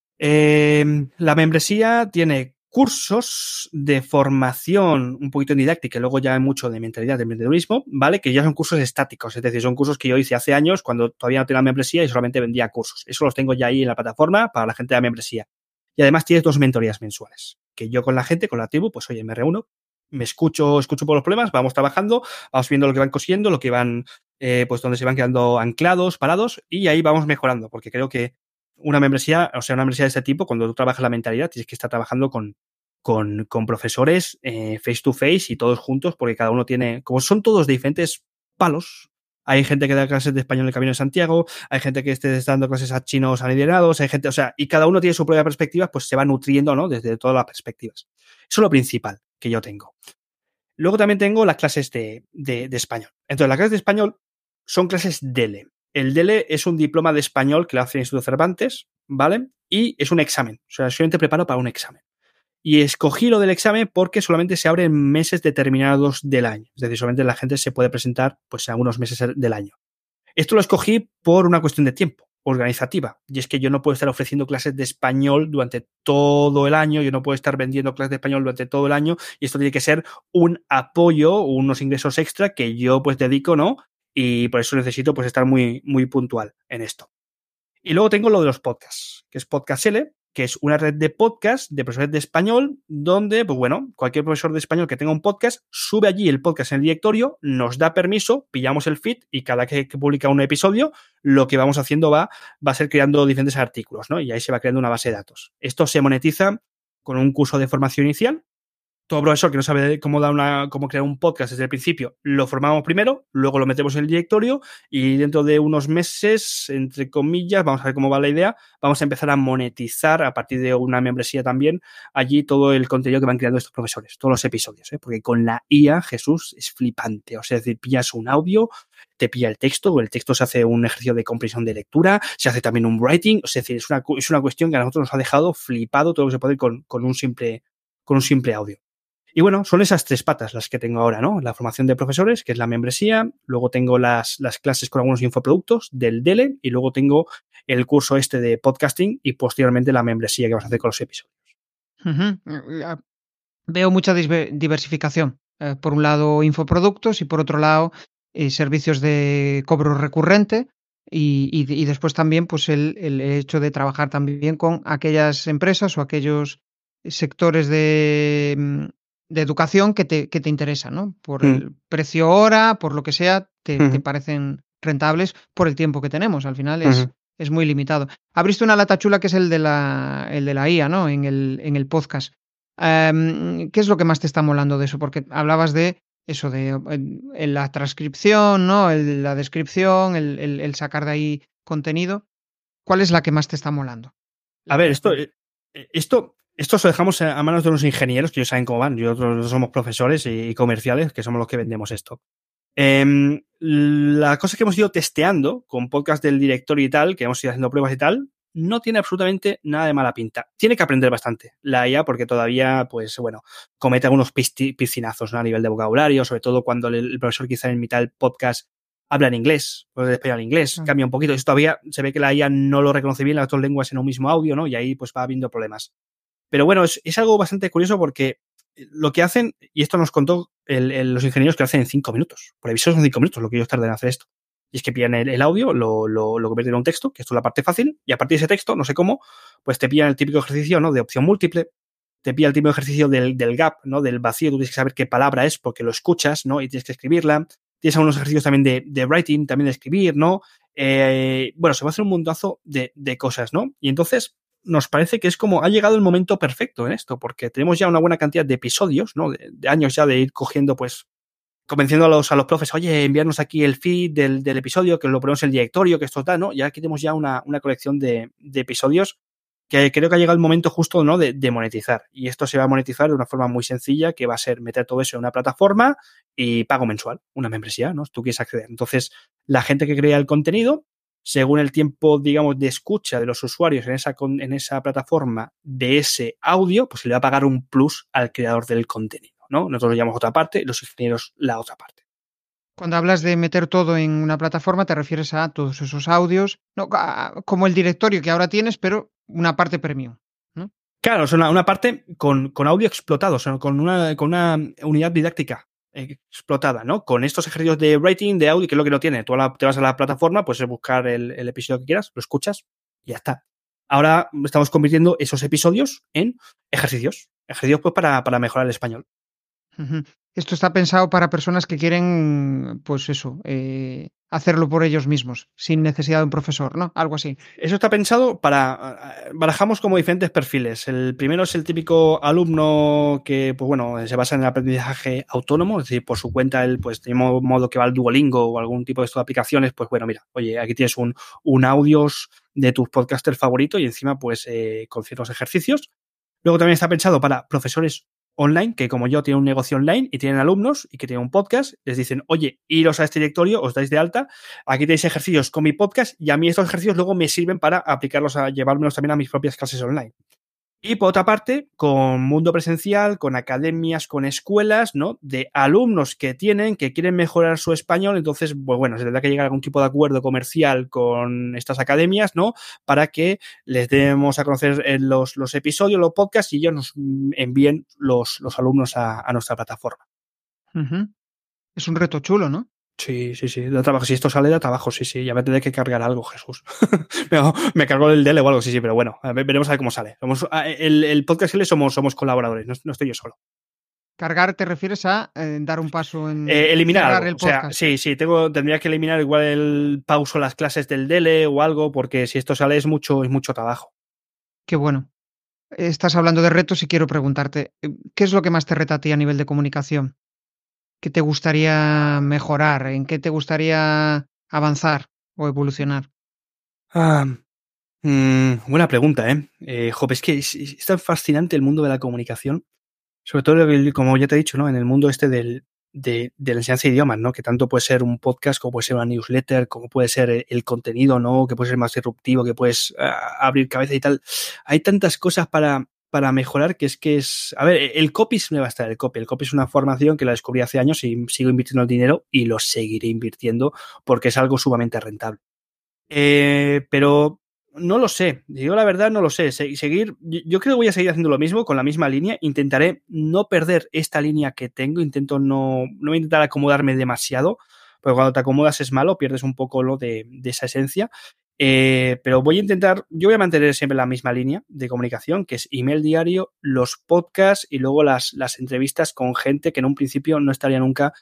Eh, la membresía tiene cursos de formación un poquito didáctica, y luego ya hay mucho de mentalidad de emprendedurismo, ¿vale? Que ya son cursos estáticos, es decir, son cursos que yo hice hace años cuando todavía no tenía membresía y solamente vendía cursos. Eso los tengo ya ahí en la plataforma para la gente de la membresía. Y además tienes dos mentorías mensuales, que yo con la gente, con la tribu, pues oye, me reúno, me escucho, escucho por los problemas, vamos trabajando, vamos viendo lo que van consiguiendo, lo que van, eh, pues donde se van quedando anclados, parados, y ahí vamos mejorando, porque creo que una membresía, o sea, una membresía de este tipo, cuando tú trabajas la mentalidad, tienes que estar trabajando con, con, con profesores eh, face to face y todos juntos, porque cada uno tiene, como son todos de diferentes palos, hay gente que da clases de español en el Camino de Santiago, hay gente que esté dando clases a chinos adinerados, hay gente, o sea, y cada uno tiene su propia perspectiva, pues se va nutriendo, ¿no? Desde todas las perspectivas. Eso es lo principal que yo tengo. Luego también tengo las clases de, de, de español. Entonces, las clases de español son clases D E L E. El D E L E es un diploma de español que lo hace el Instituto Cervantes, ¿vale? Y es un examen. O sea, solamente preparo para un examen. Y escogí lo del examen porque solamente se abre en meses determinados del año. Es decir, solamente la gente se puede presentar pues, a algunos meses del año. Esto lo escogí por una cuestión de tiempo organizativa. Y es que yo no puedo estar ofreciendo clases de español durante todo el año. Yo no puedo estar vendiendo clases de español durante todo el año. Y esto tiene que ser un apoyo, unos ingresos extra que yo pues dedico, ¿no? Y por eso necesito pues estar muy, muy puntual en esto. Y luego tengo lo de los podcasts, que es Podcast L, que es una red de podcasts de profesores de español, donde, pues bueno, cualquier profesor de español que tenga un podcast, sube allí el podcast en el directorio, nos da permiso, pillamos el feed y cada que, que publica un episodio, lo que vamos haciendo va, va a ser creando diferentes artículos, ¿no? Y ahí se va creando una base de datos. Esto se monetiza con un curso de formación inicial. todo profesor que no sabe cómo dar una, cómo crear un podcast desde el principio, lo formamos primero, luego lo metemos en el directorio y dentro de unos meses, entre comillas, vamos a ver cómo va la idea, vamos a empezar a monetizar a partir de una membresía también allí todo el contenido que van creando estos profesores, todos los episodios, ¿eh? Porque con la I A, Jesús, es flipante. O sea, es decir, pillas un audio, te pilla el texto, o el texto se hace un ejercicio de comprensión de lectura, se hace también un writing, o sea, es decir, es una, es una cuestión que a nosotros nos ha dejado flipado todo lo que se puede con, con un simple, con un simple audio. Y bueno, son esas tres patas las que tengo ahora, ¿no? La formación de profesores, que es la membresía, luego tengo las, las clases con algunos infoproductos del D L E y luego tengo el curso este de podcasting y posteriormente la membresía que vamos a hacer con los episodios. Uh-huh. Veo mucha diversificación. Eh, por un lado, infoproductos y por otro lado, eh, servicios de cobro recurrente y, y, y después también pues el, el hecho de trabajar también con aquellas empresas o aquellos sectores de... de educación que te, que te interesan, ¿no? Por el mm. precio hora, por lo que sea, te, uh-huh. te parecen rentables por el tiempo que tenemos. Al final es, uh-huh. es muy limitado. Abriste una lata chula que es el de la, el de la I A, ¿no? En el, en el podcast. Um, ¿Qué es lo que más te está molando de eso? Porque hablabas de eso, de en, en la transcripción, ¿no? El, la descripción, el, el, el sacar de ahí contenido. ¿Cuál es la que más te está molando? A ver, esto... esto... Esto se lo dejamos a manos de unos ingenieros que ellos saben cómo van. Nosotros somos profesores y comerciales, que somos los que vendemos esto. Eh, la cosa que hemos ido testeando con podcast del directorio y tal, que hemos ido haciendo pruebas y tal, no tiene absolutamente nada de mala pinta. Tiene que aprender bastante la I A porque todavía, pues bueno, comete algunos piscinazos, ¿no? A nivel de vocabulario, sobre todo cuando el profesor quizá en mitad del podcast habla en inglés, o de español al inglés, uh-huh. cambia un poquito. Eso todavía se ve que la I A no lo reconoce bien las dos lenguas en un mismo audio, ¿no? Y ahí pues va habiendo problemas. Pero bueno, es, es algo bastante curioso porque lo que hacen, y esto nos contó el, el, los ingenieros que lo hacen en cinco minutos. Por episodio son cinco minutos lo que ellos tardan en hacer esto. Y es que pillan el, el audio, lo, lo, lo convierten en un texto, que esto es la parte fácil, y a partir de ese texto, no sé cómo, pues te pillan el típico ejercicio, ¿no? De opción múltiple, te pilla el típico ejercicio del, del gap, ¿no? Del vacío, tú tienes que saber qué palabra es porque lo escuchas, ¿no? Y tienes que escribirla. Tienes algunos ejercicios también de, de writing, también de escribir, ¿no? Eh, bueno, se va a hacer un montazo de, de cosas, ¿no? Y entonces nos parece que es como ha llegado el momento perfecto en esto, porque tenemos ya una buena cantidad de episodios, ¿no? De, de años ya de ir cogiendo, pues, convenciendo a los, a los profes, oye, enviarnos aquí el feed del, del episodio, que lo ponemos en el directorio, que esto está, ¿no? Ya aquí tenemos ya una, una colección de, de episodios que creo que ha llegado el momento justo, ¿no? De, de monetizar. Y esto se va a monetizar de una forma muy sencilla, que va a ser meter todo eso en una plataforma y pago mensual, una membresía, ¿no? Tú quieres acceder. Entonces, la gente que crea el contenido, según el tiempo, digamos, de escucha de los usuarios en esa, en esa plataforma de ese audio, pues se le va a pagar un plus al creador del contenido, ¿no? Nosotros lo llamamos otra parte, los ingenieros la otra parte. Cuando hablas de meter todo en una plataforma, te refieres a todos esos audios, no, como el directorio que ahora tienes, pero una parte premium, ¿no? Claro, es una, una parte con, con audio explotado, o sea, con una, con una unidad didáctica explotada, ¿no? Con estos ejercicios de rating, de audio, que es lo que no tiene. Tú la, te vas a la plataforma, puedes buscar el, el episodio que quieras, lo escuchas y ya está. Ahora estamos convirtiendo esos episodios en ejercicios. Ejercicios pues para, para mejorar el español. Uh-huh. Esto está pensado para personas que quieren, pues eso, eh, hacerlo por ellos mismos, sin necesidad de un profesor, ¿no? Algo así. Eso está pensado para... Barajamos como diferentes perfiles. El primero es el típico alumno que, pues bueno, se basa en el aprendizaje autónomo, es decir, por su cuenta, él, pues, de modo que va al Duolingo o algún tipo de estas aplicaciones, pues bueno, mira, oye, aquí tienes un, un audios de tus podcasters favoritos y encima, pues, eh, con ciertos ejercicios. Luego también está pensado para profesores online, que como yo tienen un negocio online y tienen alumnos y que tienen un podcast, les dicen, oye, iros a este directorio, os dais de alta, aquí tenéis ejercicios con mi podcast y a mí estos ejercicios luego me sirven para aplicarlos, a llevármelos también a mis propias clases online. Y por otra parte, con mundo presencial, con academias, con escuelas, ¿no? De alumnos que tienen, que quieren mejorar su español, entonces, pues bueno, se tendrá que llegar a algún tipo de acuerdo comercial con estas academias, ¿no? Para que les demos a conocer los, los episodios, los podcasts y ellos nos envíen los, los alumnos a, a nuestra plataforma. Uh-huh. Es un reto chulo, ¿no? Sí, sí, sí, de trabajo. Si esto sale de trabajo, sí, sí, ya me tendré que cargar algo, Jesús. me, me cargo el D L o algo, sí, sí, pero bueno, a ver, veremos a ver cómo sale. Somos, el, el podcast L somos, somos colaboradores, no, no estoy yo solo. Cargar te refieres a eh, dar un paso en eh, eliminar algo. El podcast. O sea, sí, sí, tengo, tendría que eliminar igual el pauso las clases del D L o algo, porque si esto sale es mucho, es mucho trabajo. Qué bueno. estás hablando de retos y quiero preguntarte, ¿qué es lo que más te reta a ti a nivel de comunicación? ¿Qué te gustaría mejorar? ¿En qué te gustaría avanzar o evolucionar? Ah, mm, buena pregunta, ¿eh? eh jope, es que es, es tan fascinante el mundo de la comunicación, sobre todo, el- como ya te he dicho, ¿no? En el mundo este del, de, de la enseñanza de idiomas, ¿no? Que tanto puede ser un podcast, como puede ser una newsletter, como puede ser el, el contenido, ¿no? Que puede ser más disruptivo, que puedes ah, abrir cabeza y tal. Hay tantas cosas para, para mejorar que es que es... A ver, el copy no va a estar el copy. El copy es una formación que la descubrí hace años y sigo invirtiendo el dinero y lo seguiré invirtiendo porque es algo sumamente rentable. Eh, pero no lo sé, digo la verdad, no lo sé. Se seguir, yo creo que voy a seguir haciendo lo mismo con la misma línea. Intentaré no perder esta línea que tengo. Intento no, no voy a intentar acomodarme demasiado, porque cuando te acomodas es malo, pierdes un poco lo de, de esa esencia. Eh, pero voy a intentar, yo voy a mantener siempre la misma línea de comunicación, que es email diario, los podcasts y luego las, las entrevistas con gente que en un principio no estaría nunca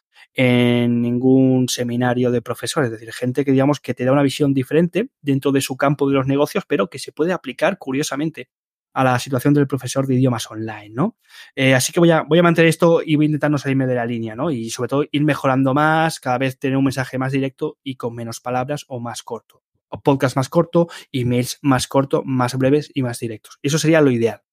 en ningún seminario de profesores, es decir, gente que digamos que te da una visión diferente dentro de su campo de los negocios, pero que se puede aplicar curiosamente a la situación del profesor de idiomas online, ¿no? Eh, así que voy a, voy a mantener esto y voy a intentar no salirme de la línea, ¿no? Y sobre todo ir mejorando más, cada vez tener un mensaje más directo y con menos palabras o más corto. O podcast más corto, emails más corto, más breves y más directos. Eso sería lo ideal.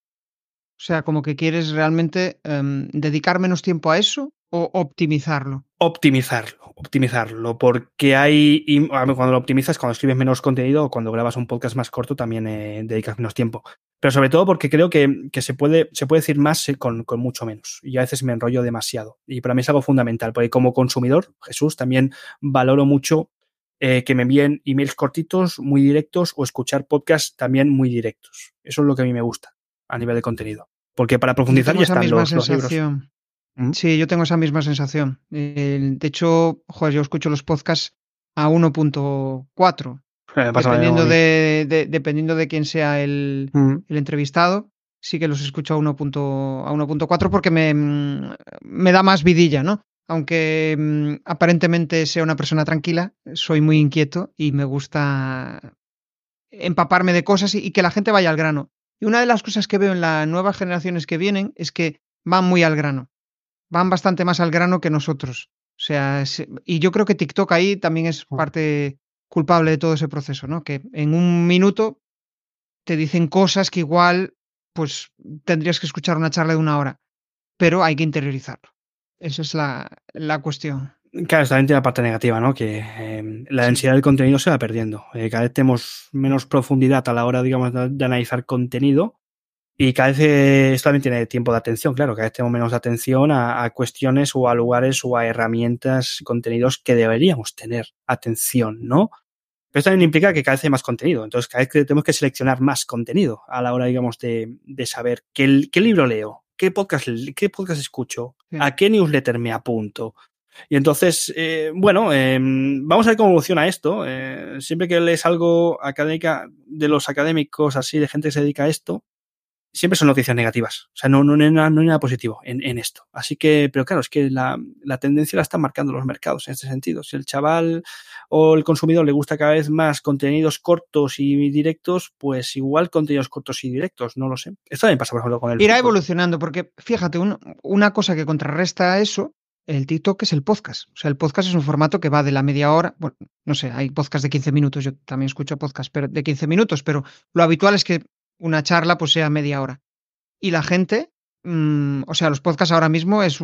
O sea, como que quieres realmente em, dedicar menos tiempo a eso o optimizarlo. Optimizarlo, optimizarlo, porque hay, y, cuando lo optimizas, cuando escribes menos contenido o cuando grabas un podcast más corto, también eh, dedicas menos tiempo. Pero sobre todo porque creo que, que se, puede, se puede decir más con, con mucho menos. Y a veces me enrollo demasiado. Y para mí es algo fundamental, porque como consumidor, Jesús, también valoro mucho eh, que me envíen emails cortitos, muy directos, o escuchar podcasts también muy directos. Eso es lo que a mí me gusta a nivel de contenido. Porque para Yo profundizar tengo ya esa están misma los, los libros. sensación. ¿Mm? Sí, yo tengo esa misma sensación. Eh, de hecho, joder, yo escucho los podcasts a uno punto cuatro, Me pasa lo mismo a dependiendo mí. de, de- dependiendo de quién sea el, ¿Mm? el entrevistado. Sí que los escucho a uno punto a uno punto cuatro porque me, mm, me da más vidilla, ¿no? Aunque mm, aparentemente sea una persona tranquila, soy muy inquieto y me gusta empaparme de cosas y, y que la gente vaya al grano. Y una de las cosas que veo en las nuevas generaciones que vienen es que van muy al grano, van bastante más al grano que nosotros. O sea, se- y yo creo que TikTok ahí también es parte culpable de todo ese proceso, ¿no? Que en un minuto te dicen cosas que igual, pues tendrías que escuchar una charla de una hora, pero hay que interiorizarlo. Esa es la, la cuestión. Claro, también tiene la parte negativa, ¿no? Que eh, la Sí, densidad del contenido se va perdiendo. Eh, cada vez tenemos menos profundidad a la hora, digamos, de, de analizar contenido y cada vez eh, esto también tiene tiempo de atención, claro. Cada vez tenemos menos atención a, a cuestiones o a lugares o a herramientas, contenidos que deberíamos tener atención, ¿no? Pero esto también implica que cada vez hay más contenido. Entonces, cada vez que tenemos que seleccionar más contenido a la hora, digamos, de, de saber qué, qué libro leo, qué podcast, qué podcast escucho, sí. a qué newsletter me apunto. Y entonces, eh, bueno, eh, vamos a ver cómo evoluciona esto. Eh, siempre que lees algo académica de los académicos, así, de gente que se dedica a esto, siempre son noticias negativas. O sea, no, no, no, hay, nada, no hay nada positivo en, en esto. Así que, pero claro, es que la, la tendencia la están marcando los mercados en este sentido. Si el chaval o el consumidor le gusta cada vez más contenidos cortos y directos, pues igual contenidos cortos y directos, no lo sé. Esto también pasa, por ejemplo, con el Irá fútbol. evolucionando, porque fíjate, un- una cosa que contrarresta a eso, el TikTok es el podcast. O sea, el podcast es un formato que va de la media hora, bueno, no sé, hay podcast de quince minutos, yo también escucho podcast pero de quince minutos, pero lo habitual es que una charla pues sea media hora. Y la gente, mm, o sea, los podcasts ahora mismo es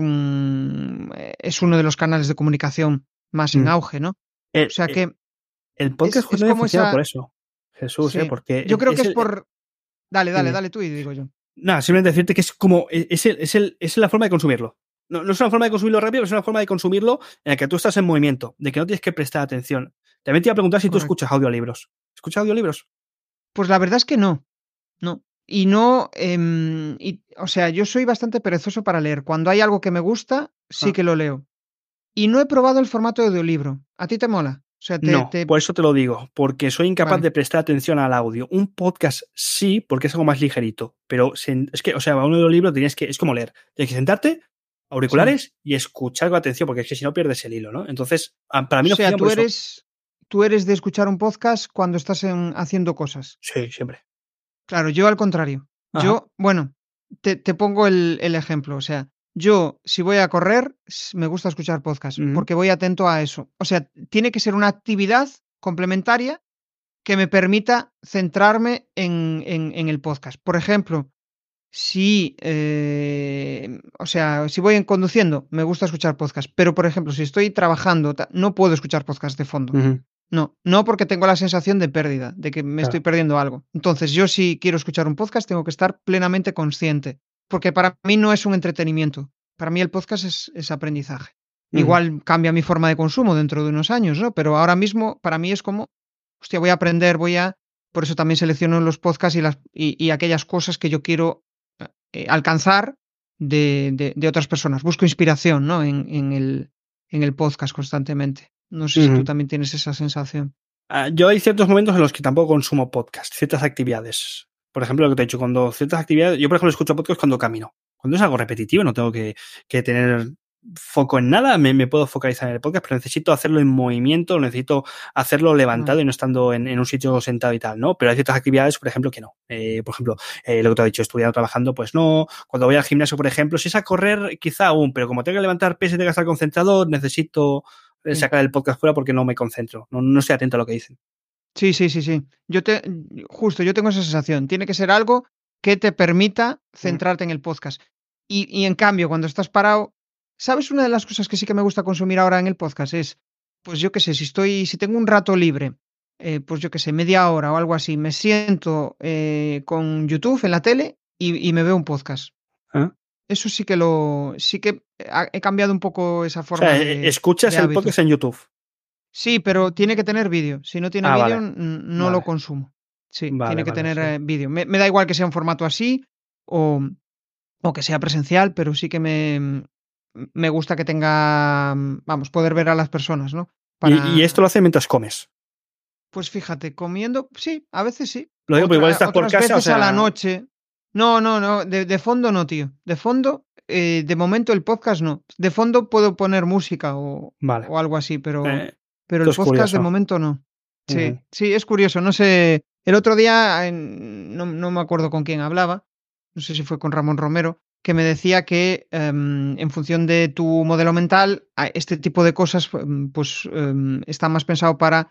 un eh, es uno de los canales de comunicación más en Mm. auge, ¿no? O El, sea el, que el es, podcast es justamente como funciona por esa. eso, Jesús, ¿eh? Sí. Porque Yo es, creo que es es el... por. Dale, dale, Dime. dale tú y digo yo. Nada, simplemente decirte que es como, es, el, es, el, es la forma de consumirlo. No, no es una forma de consumirlo rápido, es una forma de consumirlo en la que tú estás en movimiento, de que no tienes que prestar atención. También te iba a preguntar si tú Correcto. escuchas audiolibros. ¿Escuchas audiolibros? Pues la verdad es que no. No. Y no, em, y, o sea, yo soy bastante perezoso para leer. Cuando hay algo que me gusta, sí Ah, que lo leo. Y no he probado el formato de audiolibro. ¿A ti te mola? O sea, te, no, te... por eso te lo digo, porque soy incapaz Vale, de prestar atención al audio. Un podcast sí, porque es algo más ligerito, pero se, es que, o sea, un audiolibro tienes que, es como leer. Tienes que sentarte, sí. auriculares y escuchar con atención, porque es que si no pierdes el hilo, ¿no? Entonces, para O mí no sea, funciona por tú eso. eres, tú eres de escuchar un podcast cuando estás en- haciendo cosas. Sí, siempre. Claro, yo al contrario. Ajá. Yo, bueno, te, te pongo el, el ejemplo. O sea, yo, si voy a correr, s- me gusta escuchar podcast, Ujú, porque voy atento a eso. O sea, tiene que ser una actividad complementaria que me permita centrarme en, en- en el podcast. Por ejemplo, si, eh, o sea, si voy en conduciendo, me gusta escuchar podcast, pero por ejemplo, si estoy trabajando, ta- no puedo escuchar podcast de fondo. ujú, No, no porque tengo la sensación de pérdida, de que me estoy claro. perdiendo algo. Entonces, yo si quiero escuchar un podcast, tengo que estar plenamente consciente, porque para mí no es un entretenimiento. Para mí el podcast es, es aprendizaje. Ujú, Igual cambia mi forma de consumo dentro de unos años, ¿no? Pero ahora mismo para mí es como, hostia, voy a aprender, voy a... Por eso también selecciono los podcasts y, las, y, y aquellas cosas que yo quiero eh, alcanzar de, de, de otras personas. Busco inspiración, ¿no? En, en el, en el podcast constantemente. No sé si tú ujú. también tienes esa sensación. Ah, yo hay ciertos momentos en los que tampoco consumo podcast, ciertas actividades. Por ejemplo, lo que te he dicho, cuando ciertas actividades, yo por ejemplo escucho podcast cuando camino. Cuando es algo repetitivo, no tengo que, que tener foco en nada, me, me puedo focalizar en el podcast, pero necesito hacerlo en movimiento, necesito hacerlo Mm, levantado y no estando en, en un sitio sentado y tal, ¿no? Pero hay ciertas actividades, por ejemplo, que no. Eh, por ejemplo, eh, lo que te he dicho, estudiando, trabajando, pues no. Cuando voy al gimnasio, por ejemplo, si es a correr, quizá aún, pero como tengo que levantar peso y tengo que estar concentrado, necesito eh, sí. sacar el podcast fuera porque no me concentro, no, no estoy atento a lo que dicen. Sí, sí, sí, sí. Yo te, justo, yo tengo esa sensación. Tiene que ser algo que te permita Mm. centrarte en el podcast. Y, y en cambio, cuando estás parado, ¿sabes? Una de las cosas que sí que me gusta consumir ahora en el podcast es, pues yo qué sé, si estoy, si tengo un rato libre, eh, pues yo qué sé, media hora o algo así, me siento eh, con YouTube en la tele y, y me veo un podcast. ¿Ah? Eso sí que lo, sí que ha- he cambiado un poco esa O sea, forma eh, de, de escuchas el hábito. podcast en YouTube. Sí, pero tiene que tener vídeo. Si no tiene Ah, vídeo, vale, n- no lo vale, consumo. Sí, vale, tiene que vale, tener sí. eh, vídeo. Me, me da igual que sea un formato así o, o que sea presencial, pero sí que me, me gusta que tenga, mm, vamos, poder ver a las personas, ¿no? Y, y esto Para, lo hace mientras comes. pues fíjate, comiendo, sí, a veces sí. Lo digo porque igual Otra, estás por otras casa, o veces a la sea, noche. No, no, no, de, de fondo no, tío. De fondo, eh, de momento el podcast no. De fondo puedo poner música o, vale. o algo así, pero, Eh, pero esto el es podcast de curioso. momento no. Ujú. Sí, sí, es curioso. No sé, el otro día, en- no, no me acuerdo con quién hablaba, no sé si fue con Ramón Romero, que me decía que em, en función de tu modelo mental, a- este tipo de cosas, em, pues em, está más pensado para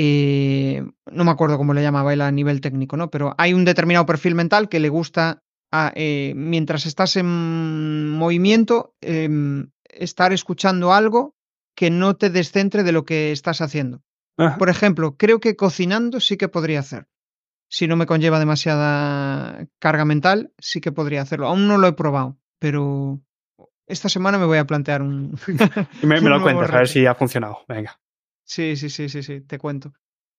eh, no me acuerdo cómo le llamaba él a nivel técnico, ¿no? Pero hay un determinado perfil mental que le gusta, a, eh, mientras estás en movimiento, em, estar escuchando algo que no te descentre de lo que estás haciendo. Ajá. Por ejemplo, creo que cocinando sí que podría hacer. Si no me conlleva demasiada carga mental, sí que podría hacerlo. Aún no lo he probado, pero esta semana me voy a plantear un, Y me, me un lo nuevo cuentas, a ver reto. si ha funcionado. Venga. Sí, sí, sí, sí, sí, te cuento.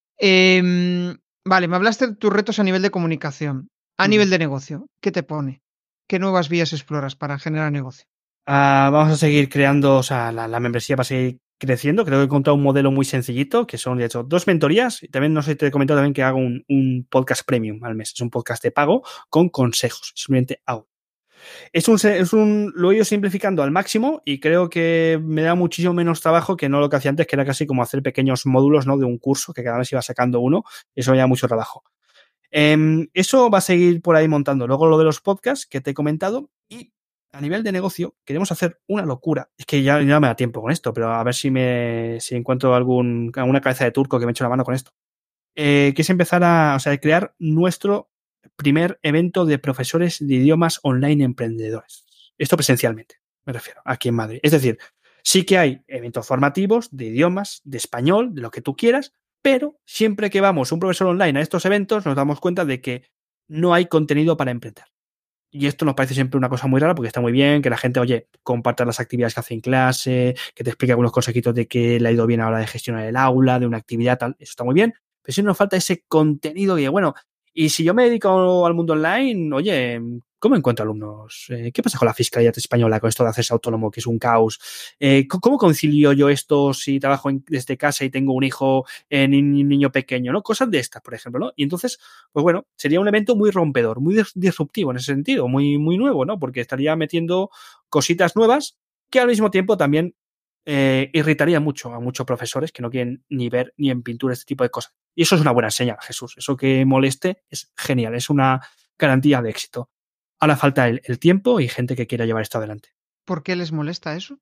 Em, vale, me hablaste de tus retos a nivel de comunicación. A Ujú. nivel de negocio, ¿qué te pone? ¿Qué nuevas vías exploras para generar negocio? Ah, vamos a seguir creando, o sea, la, la membresía va a seguir creciendo. Creo que he encontrado un modelo muy sencillito, que son, de hecho, dos mentorías. Y también, no sé, te he comentado también que hago un, un podcast premium al mes. Es un podcast de pago con consejos, simplemente audio. Es un, es un, lo he ido simplificando al máximo y creo que me da muchísimo menos trabajo que no lo que hacía antes, que era casi como hacer pequeños módulos, ¿no? De un curso, que cada vez iba sacando uno. Eso ya mucho trabajo. Eh, eso va a seguir por ahí montando. Luego lo de los podcasts que te he comentado y a nivel de negocio queremos hacer una locura. Es que ya, ya no me da tiempo con esto, pero a ver si me si encuentro algún, alguna cabeza de turco que me eche la mano con esto. Eh, que es empezar a, o sea, crear nuestro primer evento de profesores de idiomas online emprendedores. Esto presencialmente, me refiero, aquí en Madrid. Es decir, sí que hay eventos formativos de idiomas, de español, de lo que tú quieras, pero siempre que vamos un profesor online a estos eventos nos damos cuenta de que no hay contenido para emprender. Y esto nos parece siempre una cosa muy rara porque está muy bien que la gente, oye, comparta las actividades que hace en clase, que te explique algunos consejitos de que le ha ido bien a la hora de gestionar el aula, de una actividad, tal. Eso está muy bien. Pero si nos falta ese contenido que, bueno, y si yo me dedico al mundo online, oye, ¿cómo encuentro alumnos? Eh, ¿Qué pasa con la fiscalía española, con esto de hacerse autónomo, que es un caos? Eh, ¿Cómo concilio yo esto si trabajo en, desde casa y tengo un hijo, eh, ni un niño pequeño, ¿no? Cosas de estas, por ejemplo, ¿no? Y entonces, pues bueno, sería un evento muy rompedor, muy disruptivo en ese sentido, muy, muy nuevo, ¿no? Porque estaría metiendo cositas nuevas que al mismo tiempo también eh, irritaría mucho a muchos profesores que no quieren ni ver ni en pintura este tipo de cosas. Y eso es una buena señal, Jesús. Eso que moleste es genial. Es una, garantía de éxito. Ahora falta el, el tiempo y gente que quiera llevar esto adelante. ¿Por qué les molesta eso?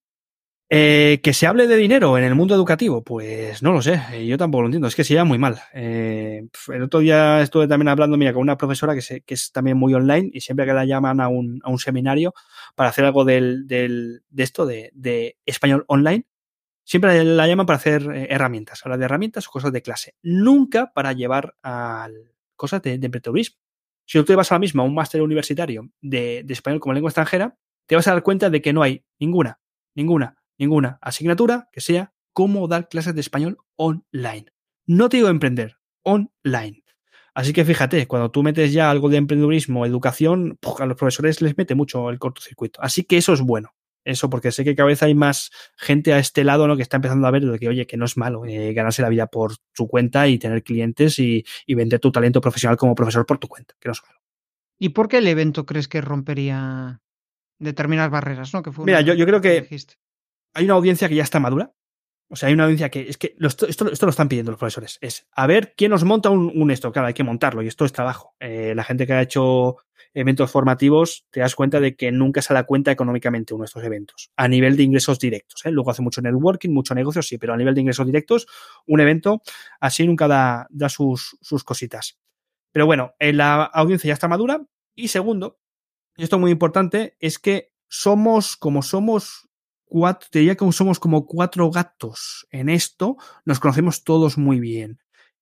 Eh, que se hable de dinero en el mundo educativo, pues no lo sé, yo tampoco lo entiendo, es que se lleva muy mal. Eh, el otro día estuve también hablando, mira, con una profesora que, se, que es también muy online y siempre que la llaman a un, a un seminario para hacer algo del, del, de esto, de, de español online, siempre la llaman para hacer eh, herramientas, hablar de herramientas o cosas de clase, nunca para llevar a cosas de, de emprendedurismo. Si tú te vas ahora mismo a un máster universitario de, de español como lengua extranjera, te vas a dar cuenta de que no hay ninguna, ninguna, ninguna asignatura que sea cómo dar clases de español online. No te digo emprender, online. Así que fíjate, cuando tú metes ya algo de emprendedurismo, educación, a los profesores les mete mucho el cortocircuito. Así que eso es bueno. Eso, porque sé que cada vez hay más gente a este lado, ¿no? Que está empezando a ver de que, oye, que no es malo eh, ganarse la vida por su cuenta y tener clientes y, y vender tu talento profesional como profesor por tu cuenta, que no es malo. ¿Y por qué el evento crees que rompería determinadas barreras, ¿no? Que fue una Mira, de yo, las yo creo cosas que que dijiste. hay una audiencia que ya está madura. O sea, hay una audiencia que es que lo, esto, esto, esto lo están pidiendo los profesores. Es a ver quién nos monta un, un esto. Claro, hay que montarlo y esto es trabajo. Eh, la gente que ha hecho eventos formativos te das cuenta de que nunca se da cuenta económicamente uno de estos eventos. A nivel de ingresos directos. ¿eh? Luego hace mucho networking, mucho negocio, sí, pero a nivel de ingresos directos, un evento así nunca da, da sus, sus cositas. Pero bueno, eh, la audiencia ya está madura. Y segundo, y esto es muy importante, es que somos como somos cuatro, te diría que somos como cuatro gatos en esto, nos conocemos todos muy bien.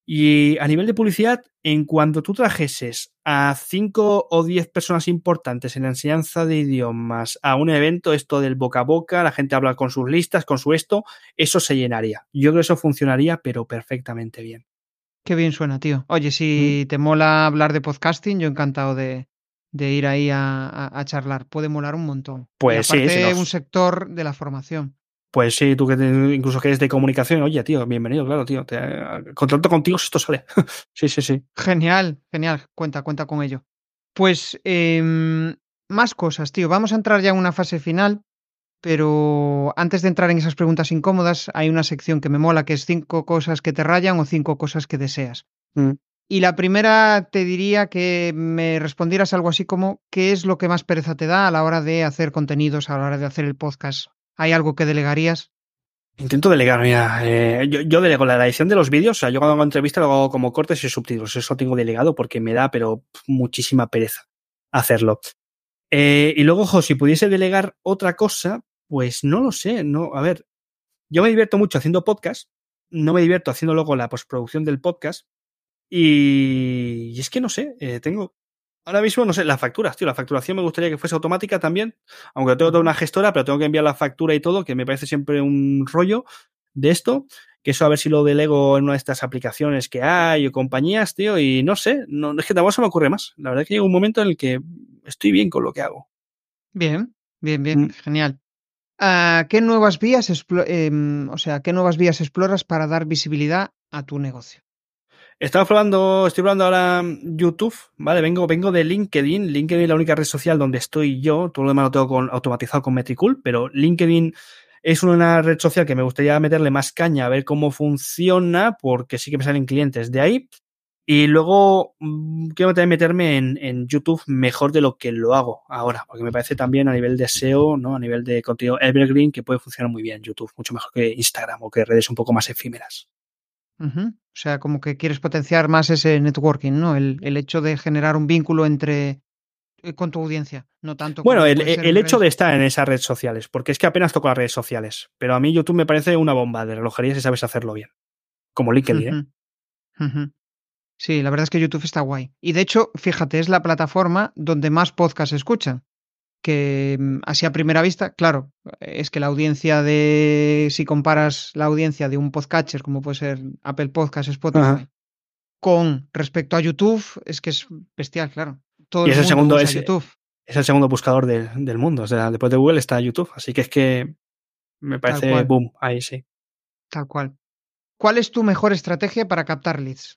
Y a nivel de publicidad, en cuanto tú trajeses a cinco o diez personas importantes en la enseñanza de idiomas a un evento, esto del boca a boca, la gente habla con sus listas, con su esto, eso se llenaría. Yo creo que eso funcionaría, pero perfectamente bien. Qué bien suena, tío. Oye, ¿Mm? si te mola hablar de podcasting, yo encantado de, de ir ahí a, a- a charlar. Puede molar un montón. Y Pues sí, si aparte, un nos, sector de la formación. Pues sí, tú que te, incluso que eres de comunicación, oye, tío, bienvenido, claro, tío. Te, contacto contigo si esto sale. Sí, sí, sí. Genial, genial. Cuenta, cuenta con ello. Pues em, más cosas, tío. Vamos a entrar ya en una fase final, pero antes de entrar en esas preguntas incómodas, hay una sección que me mola, que es cinco cosas que te rayan o cinco cosas que deseas. Mm. Y la primera te diría que me respondieras algo así como, ¿qué es lo que más pereza te da a la hora de hacer contenidos, a la hora de hacer el podcast? ¿Hay algo que delegarías? Intento delegar, mira. Eh, yo, yo delego la edición de los vídeos, o sea, yo cuando hago entrevistas lo hago como cortes y subtítulos. Eso tengo delegado porque me da, pero muchísima pereza hacerlo. Eh, y luego, ojo, si pudiese delegar otra cosa, pues no lo sé. No, a ver, yo me divierto mucho haciendo podcast, no me divierto haciendo luego la postproducción del podcast. Y, y es que no sé, eh, tengo. Ahora mismo, no sé, las facturas, tío. La facturación me gustaría que fuese automática también. Aunque tengo toda Ujú. una gestora, pero tengo que enviar la factura y todo, que me parece siempre un rollo de esto. Que eso a ver si lo delego en una de estas aplicaciones que hay o compañías, tío. Y no sé, no, es que tampoco se me ocurre más. La verdad es que llega un momento en el que estoy bien con lo que hago. Bien, bien, bien, Mm. genial. Ah, ¿qué nuevas vías, explo- em, o sea, qué nuevas vías exploras para dar visibilidad a tu negocio? Estaba probando, estoy probando ahora YouTube, ¿vale? Vengo, vengo de LinkedIn. LinkedIn es la única red social donde estoy yo. Todo lo demás lo tengo con, automatizado con Metricool, pero LinkedIn es una red social que me gustaría meterle más caña a ver cómo funciona, porque sí que me salen clientes de ahí. Y luego mmm, quiero también meterme en, en YouTube mejor de lo que lo hago ahora, porque me parece también a nivel de S E O, ¿no? A nivel de contenido evergreen, que puede funcionar muy bien YouTube, mucho mejor que Instagram o que redes un poco más efímeras. Ujú. O sea, como que quieres potenciar más ese networking, ¿no? El, el hecho de generar un vínculo entre eh, con tu audiencia, no tanto Bueno, como el, puede ser el en hecho redes. de estar en esas redes sociales, porque es que apenas toco las redes sociales, pero a mí YouTube me parece una bomba de relojería si sabes hacerlo bien, como LinkedIn, ¿eh? Ujú, ujú. Sí, la verdad es que YouTube está guay. Y de hecho, fíjate, es la plataforma donde más podcasts se escuchan. Que mm, así a primera vista, claro, es que la audiencia de, si comparas la audiencia de un podcatcher, como puede ser Apple Podcasts, Ajá. Spotify, con respecto a YouTube, es que es bestial, claro. Todo Y el es el mundo segundo, usa es, YouTube, es el segundo buscador de- del mundo, o sea, después de Google está YouTube, así que es que me tal parece cual, boom, ahí sí. tal cual. ¿Cuál es tu mejor estrategia para captar leads?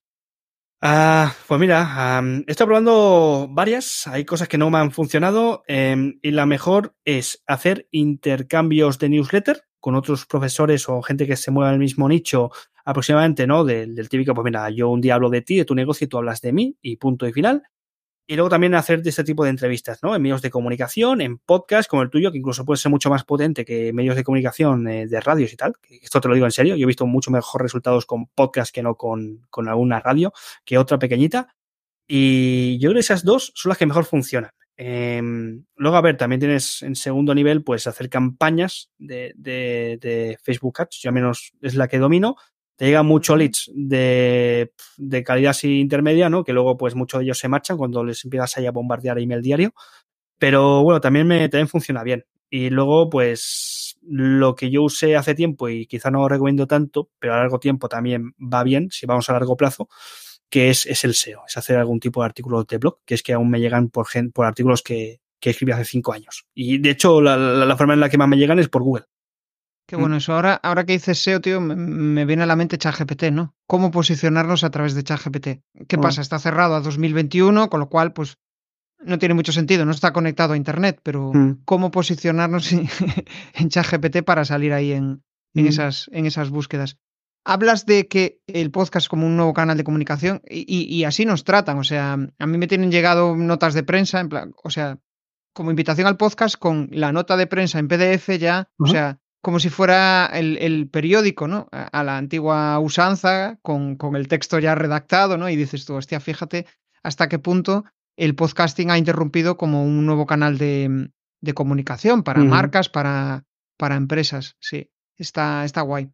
Ah, pues mira, um, he estado probando varias, hay cosas que no me han funcionado eh, y la mejor es hacer intercambios de newsletter con otros profesores o gente que se mueva en el mismo nicho aproximadamente, ¿no? Del, del típico, pues mira, yo un día hablo de ti, de tu negocio y tú hablas de mí y punto y final. Y luego también hacer este tipo de entrevistas, ¿no? En medios de comunicación, en podcast como el tuyo, que incluso puede ser mucho más potente que medios de comunicación eh, de radios y tal. Esto te lo digo en serio. Yo he visto mucho mejor resultados con podcast que no con, con alguna radio, que otra pequeñita. Y yo creo que esas dos son las que mejor funcionan. Eh, luego, a ver, también tienes en segundo nivel, pues hacer campañas de, de, de Facebook Ads. Yo al menos es la que domino. Te llegan muchos leads de, de calidad así intermedia, ¿no? Que luego, pues, muchos de ellos se marchan cuando les empiezas ahí a bombardear email diario. Pero bueno, también me también funciona bien. Y luego, pues, lo que yo usé hace tiempo y quizá no recomiendo tanto, pero a largo tiempo también va bien, si vamos a largo plazo, que es, es el S E O, es hacer algún tipo de artículo de blog, que es que aún me llegan por, gen, por artículos que, que escribí hace cinco años. Y de hecho, la, la, la forma en la que más me llegan es por Google. Qué bueno eso. Ahora, ahora que dices S E O, tío, me, me viene a la mente ChatGPT, ¿no? ¿Cómo posicionarnos a través de ChatGPT? ¿Qué Oh. pasa? Está cerrado a dos mil veintiuno, con lo cual, pues, no tiene mucho sentido, no está conectado a Internet, pero Mm. ¿cómo posicionarnos en ChatGPT para salir ahí en, en, Mm. esas, en esas búsquedas? Hablas de que el podcast como un nuevo canal de comunicación y, y, y así nos tratan, o sea, a mí me tienen llegado notas de prensa, en plan, o sea, como invitación al podcast con la nota de prensa en P D F ya, o Ajá. sea, como si fuera el, el periódico, ¿no? A, a la antigua usanza, con, con el texto ya redactado, ¿no? Y dices tú, hostia, fíjate hasta qué punto el podcasting ha interrumpido como un nuevo canal de, de comunicación para Uh-huh. marcas, para, para empresas. Sí, está, está guay.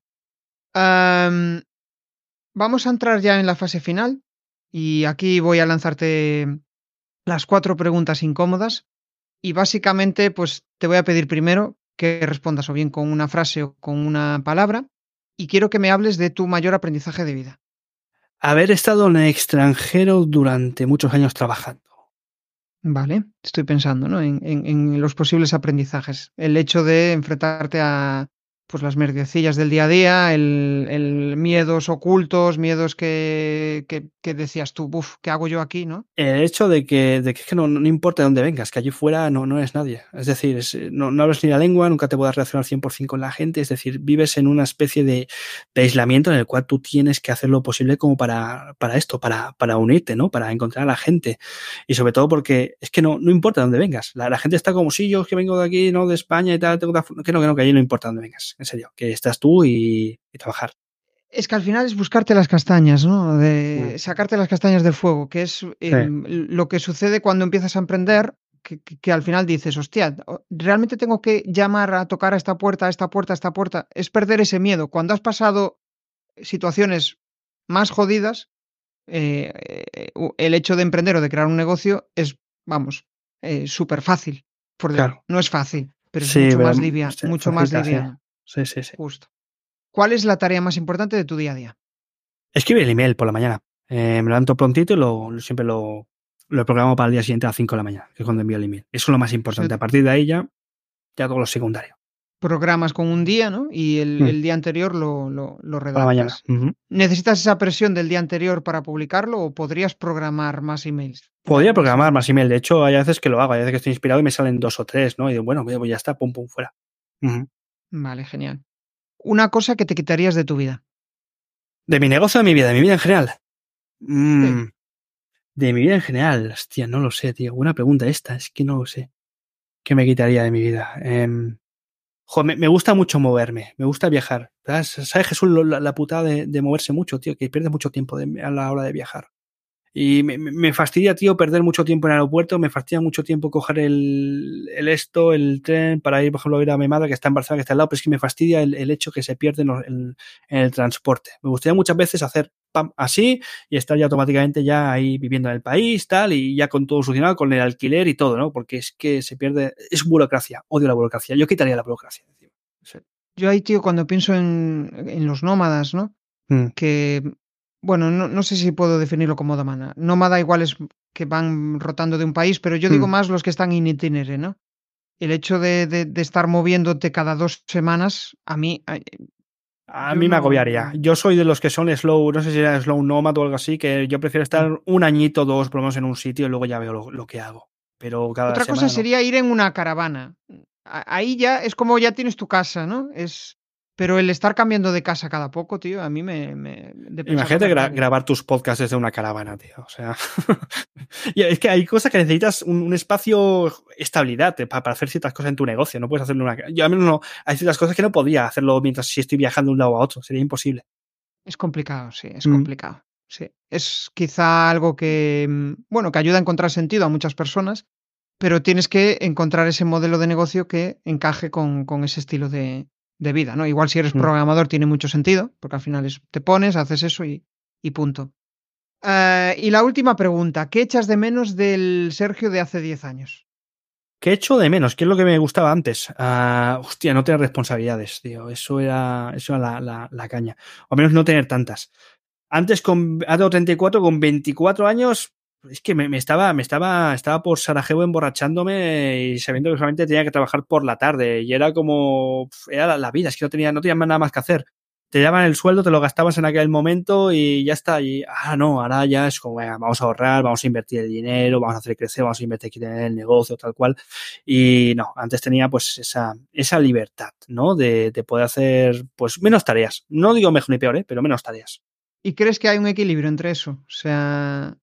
Um, vamos a entrar ya en la fase final y aquí voy a lanzarte las cuatro preguntas incómodas. Y básicamente, pues te voy a pedir primero que respondas o bien con una frase o con una palabra. Y quiero que me hables de tu mayor aprendizaje de vida. Haber estado en el extranjero durante muchos años trabajando. Vale, estoy pensando, ¿no? En, en, en los posibles aprendizajes. El hecho de enfrentarte a pues las mierdecillas del día a día, el, el miedos ocultos, miedos que, que, que decías tú, buf, ¿qué hago yo aquí, no? El hecho de que, de que, es que no, no importa de dónde vengas, que allí fuera no, no eres nadie. Es decir, es, no, no hablas ni la lengua, nunca te puedas relacionar cien por ciento con la gente. Es decir, vives en una especie de, de aislamiento en el cual tú tienes que hacer lo posible como para, para esto, para, para unirte, ¿no? Para encontrar a la gente. Y sobre todo porque es que no, no importa de dónde vengas. La, la gente está como, sí, yo es que vengo de aquí, no de España y tal, tengo que no, que no, que allí no importa dónde vengas. En serio, que estás tú y, y trabajar. Es que al final es buscarte las castañas, ¿no? De Mm. sacarte las castañas del fuego, que es eh, Sí. lo que sucede cuando empiezas a emprender, que, que, que al final dices, hostia, realmente tengo que llamar a tocar a esta puerta, a esta puerta, a esta puerta. Es perder ese miedo. Cuando has pasado situaciones más jodidas, eh, eh, el hecho de emprender o de crear un negocio es, vamos, eh, súper fácil. Por de- Claro. no es fácil, pero es Sí, mucho pero más livia, sí, mucho más facilita, sí. liviano. Sí, sí, sí. Justo. ¿Cuál es la tarea más importante de tu día a día? Escribe el email por la mañana. Eh, me levanto prontito y lo, siempre lo, lo programo para el día siguiente a las cinco de la mañana, que es cuando envío el email. Eso es lo más importante. A partir de ahí ya, ya todo lo secundario. Programas con un día, ¿no? Y el, Mm. el día anterior lo, lo, lo Por la mañana. redactas. Uh-huh. ¿Necesitas esa presión del día anterior para publicarlo o podrías programar más emails? Podría programar más email. De hecho, hay veces que lo hago. Hay veces que estoy inspirado y me salen dos o tres, ¿no? Y digo, bueno, pues ya está, pum, pum, fuera. Uh-huh. Vale, genial. Una cosa que te quitarías de tu vida. ¿De mi negocio o de mi vida? ¿De mi vida en general? Mm, Sí. de mi vida en general. Hostia, no lo sé, tío. Buena pregunta esta. Es que no lo sé. ¿Qué me quitaría de mi vida? Eh, jo, me, me gusta mucho moverme. Me gusta viajar. ¿Sabes, ¿Sabes Jesús, la, la putada de, de moverse mucho, tío? Que pierdes mucho tiempo de, a la hora de viajar. Y me, me fastidia, tío, perder mucho tiempo en el aeropuerto, me fastidia mucho tiempo coger el, el esto, el tren, para ir, por ejemplo, a ver a mi madre que está en Barcelona, que está al lado, pero es que me fastidia el, el hecho que se pierde en, en, en el transporte. Me gustaría muchas veces hacer pam, así y estar ya automáticamente ya ahí viviendo en el país, tal, y ya con todo solucionado, con el alquiler y todo, ¿no? Porque es que se pierde, es burocracia, odio la burocracia, yo quitaría la burocracia. Sí. Yo ahí, tío, cuando pienso en, en los nómadas, ¿no? Mm. Que, bueno, no, no sé si puedo definirlo como nómada. Nómada igual es que van rotando de un país, pero yo digo Mm. más los que están in itinere, ¿no? El hecho de, de, de estar moviéndote cada dos semanas, a mí... A Yo mí me no, agobiaría. Yo soy de los que son slow, no sé si era slow nomad o algo así, que yo prefiero estar un añito, dos, por lo menos en un sitio y luego ya veo lo, lo que hago. Pero cada Otra cosa semana no. sería ir en una caravana. Ahí ya es como ya tienes tu casa, ¿no? Es Pero el estar cambiando de casa cada poco, tío, a mí me... me Imagínate gra grabar tus podcasts desde una caravana, tío. O sea, y es que hay cosas que necesitas un, un espacio, estabilidad para, para hacer ciertas cosas en tu negocio. No puedes hacerlo una... Yo al menos no. Hay ciertas cosas que no podía hacerlo mientras si estoy viajando de un lado a otro. Sería imposible. Es complicado, sí, es mm. complicado. Sí. Es quizá algo que, bueno, que ayuda a encontrar sentido a muchas personas, pero tienes que encontrar ese modelo de negocio que encaje con, con ese estilo de... de vida, ¿no? Igual si eres programador tiene mucho sentido, porque al final es, te pones, haces eso y, y punto. Uh, y la última pregunta, ¿qué echas de menos del Sergio de hace diez años? ¿Qué echo de menos? ¿Qué es lo que me gustaba antes? Uh, hostia, no tener responsabilidades, tío. Eso era, eso era la, la, la caña. O al menos no tener tantas. Antes, con, ahora tengo treinta y cuatro, con veinticuatro años... Es que me, me estaba me estaba estaba por Sarajevo emborrachándome y sabiendo que solamente tenía que trabajar por la tarde y era como era la, la vida, es que no tenía no tenía nada más que hacer. Te daban el sueldo, te lo gastabas en aquel momento y ya está. Y ah, no, ahora ya es como, bueno, vamos a ahorrar, vamos a invertir el dinero, vamos a hacer crecer, vamos a invertir en el negocio, tal cual. Y no, antes tenía pues esa esa libertad, ¿no? De, de poder hacer pues menos tareas. No digo mejor ni peor, ¿eh? Pero menos tareas. ¿Y crees que hay un equilibrio entre eso? O sea...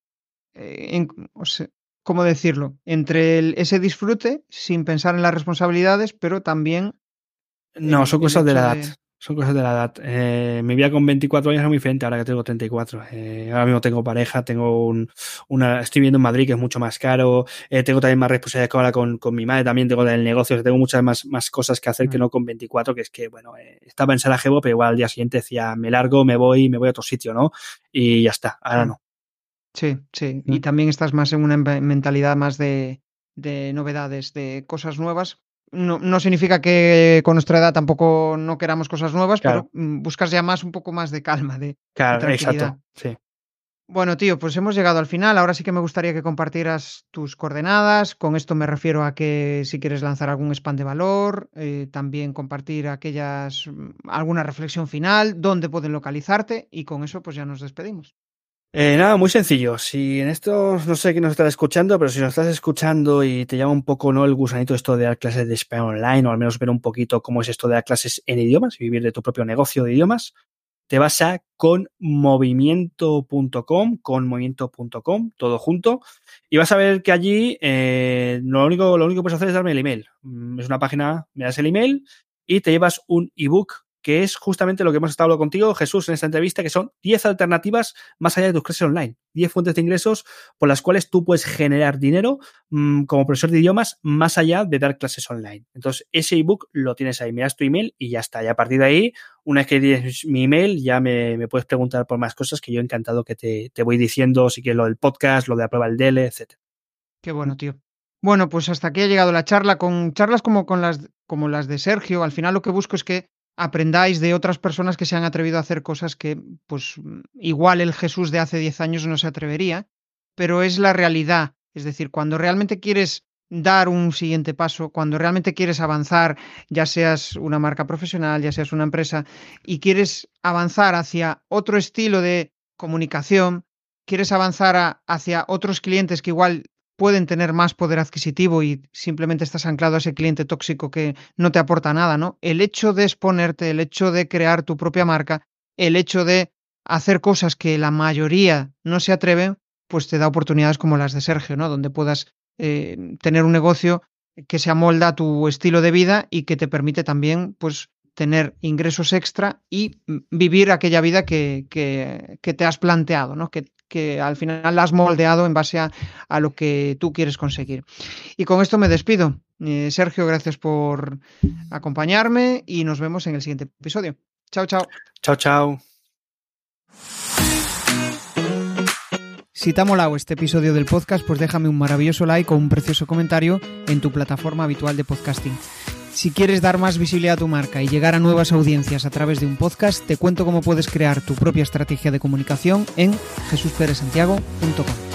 En, o sea, ¿cómo decirlo? Entre el, ese disfrute sin pensar en las responsabilidades, pero también... No, el, son cosas de la edad. De... Son cosas de la edad. Eh, mi vida con veinticuatro años es muy diferente ahora que tengo treinta y cuatro. Eh, ahora mismo tengo pareja, tengo un, una, estoy viviendo en Madrid, que es mucho más caro. Eh, tengo también más responsabilidades que ahora con, con mi madre, también tengo el negocio, o sea, tengo muchas más, más cosas que hacer mm. que no con veinticuatro, que es que, bueno, eh, estaba en Sarajevo, pero igual al día siguiente decía, me largo, me voy, me voy a otro sitio, ¿no? Y ya está, ahora mm. no. Sí, sí. Y también estás más en una mentalidad más de, de novedades, de cosas nuevas. No, no significa que con nuestra edad tampoco no queramos cosas nuevas, claro. Pero buscas ya más un poco más de calma, de, claro, de tranquilidad. Exacto, sí. Bueno, tío, pues hemos llegado al final. Ahora sí que me gustaría que compartieras tus coordenadas. Con esto me refiero a que si quieres lanzar algún spam de valor, eh, también compartir aquellas, alguna reflexión final, dónde pueden localizarte y con eso pues ya nos despedimos. Eh, nada, muy sencillo. Si en esto, no sé quién nos está escuchando, pero si nos estás escuchando y te llama un poco, ¿no?, el gusanito esto de dar clases de español online, o al menos ver un poquito cómo es esto de dar clases en idiomas y vivir de tu propio negocio de idiomas, te vas a conmovimiento punto com, conmovimiento punto com, todo junto, y vas a ver que allí eh, lo único, lo único que puedes hacer es darme el email. Es una página, me das el email y te llevas un ebook que es justamente lo que hemos estado hablando contigo, Jesús, en esta entrevista, que son diez alternativas más allá de tus clases online, diez fuentes de ingresos por las cuales tú puedes generar dinero mmm, como profesor de idiomas más allá de dar clases online. Entonces, ese ebook lo tienes ahí, me das tu email y ya está. Y a partir de ahí, una vez que tienes mi email, ya me, me puedes preguntar por más cosas que yo encantado que te, te voy diciendo, si quieres lo del podcast, lo de la prueba del D L, etcétera. Qué bueno, tío. Bueno, pues hasta aquí ha llegado la charla, con charlas como, con las, como las de Sergio. Al final lo que busco es que aprendáis de otras personas que se han atrevido a hacer cosas que, pues, igual el Jesús de hace diez años no se atrevería, pero es la realidad. Es decir, cuando realmente quieres dar un siguiente paso, cuando realmente quieres avanzar, ya seas una marca profesional, ya seas una empresa, y quieres avanzar hacia otro estilo de comunicación, quieres avanzar a, hacia otros clientes que igual pueden tener más poder adquisitivo y simplemente estás anclado a ese cliente tóxico que no te aporta nada, ¿no? El hecho de exponerte, el hecho de crear tu propia marca, el hecho de hacer cosas que la mayoría no se atreven, pues te da oportunidades como las de Sergio, ¿no? Donde puedas eh, tener un negocio que se amolda a tu estilo de vida y que te permite también, pues, tener ingresos extra y vivir aquella vida que, que, que te has planteado, ¿no? Que, que al final la has moldeado en base a, a lo que tú quieres conseguir. Y con esto me despido. Eh, Sergio, gracias por acompañarme y nos vemos en el siguiente episodio. Chao, chao. Chao, chao. Si te ha molado este episodio del podcast, pues déjame un maravilloso like o un precioso comentario en tu plataforma habitual de podcasting. Si quieres dar más visibilidad a tu marca y llegar a nuevas audiencias a través de un podcast, te cuento cómo puedes crear tu propia estrategia de comunicación en jesús pérez santiago punto com.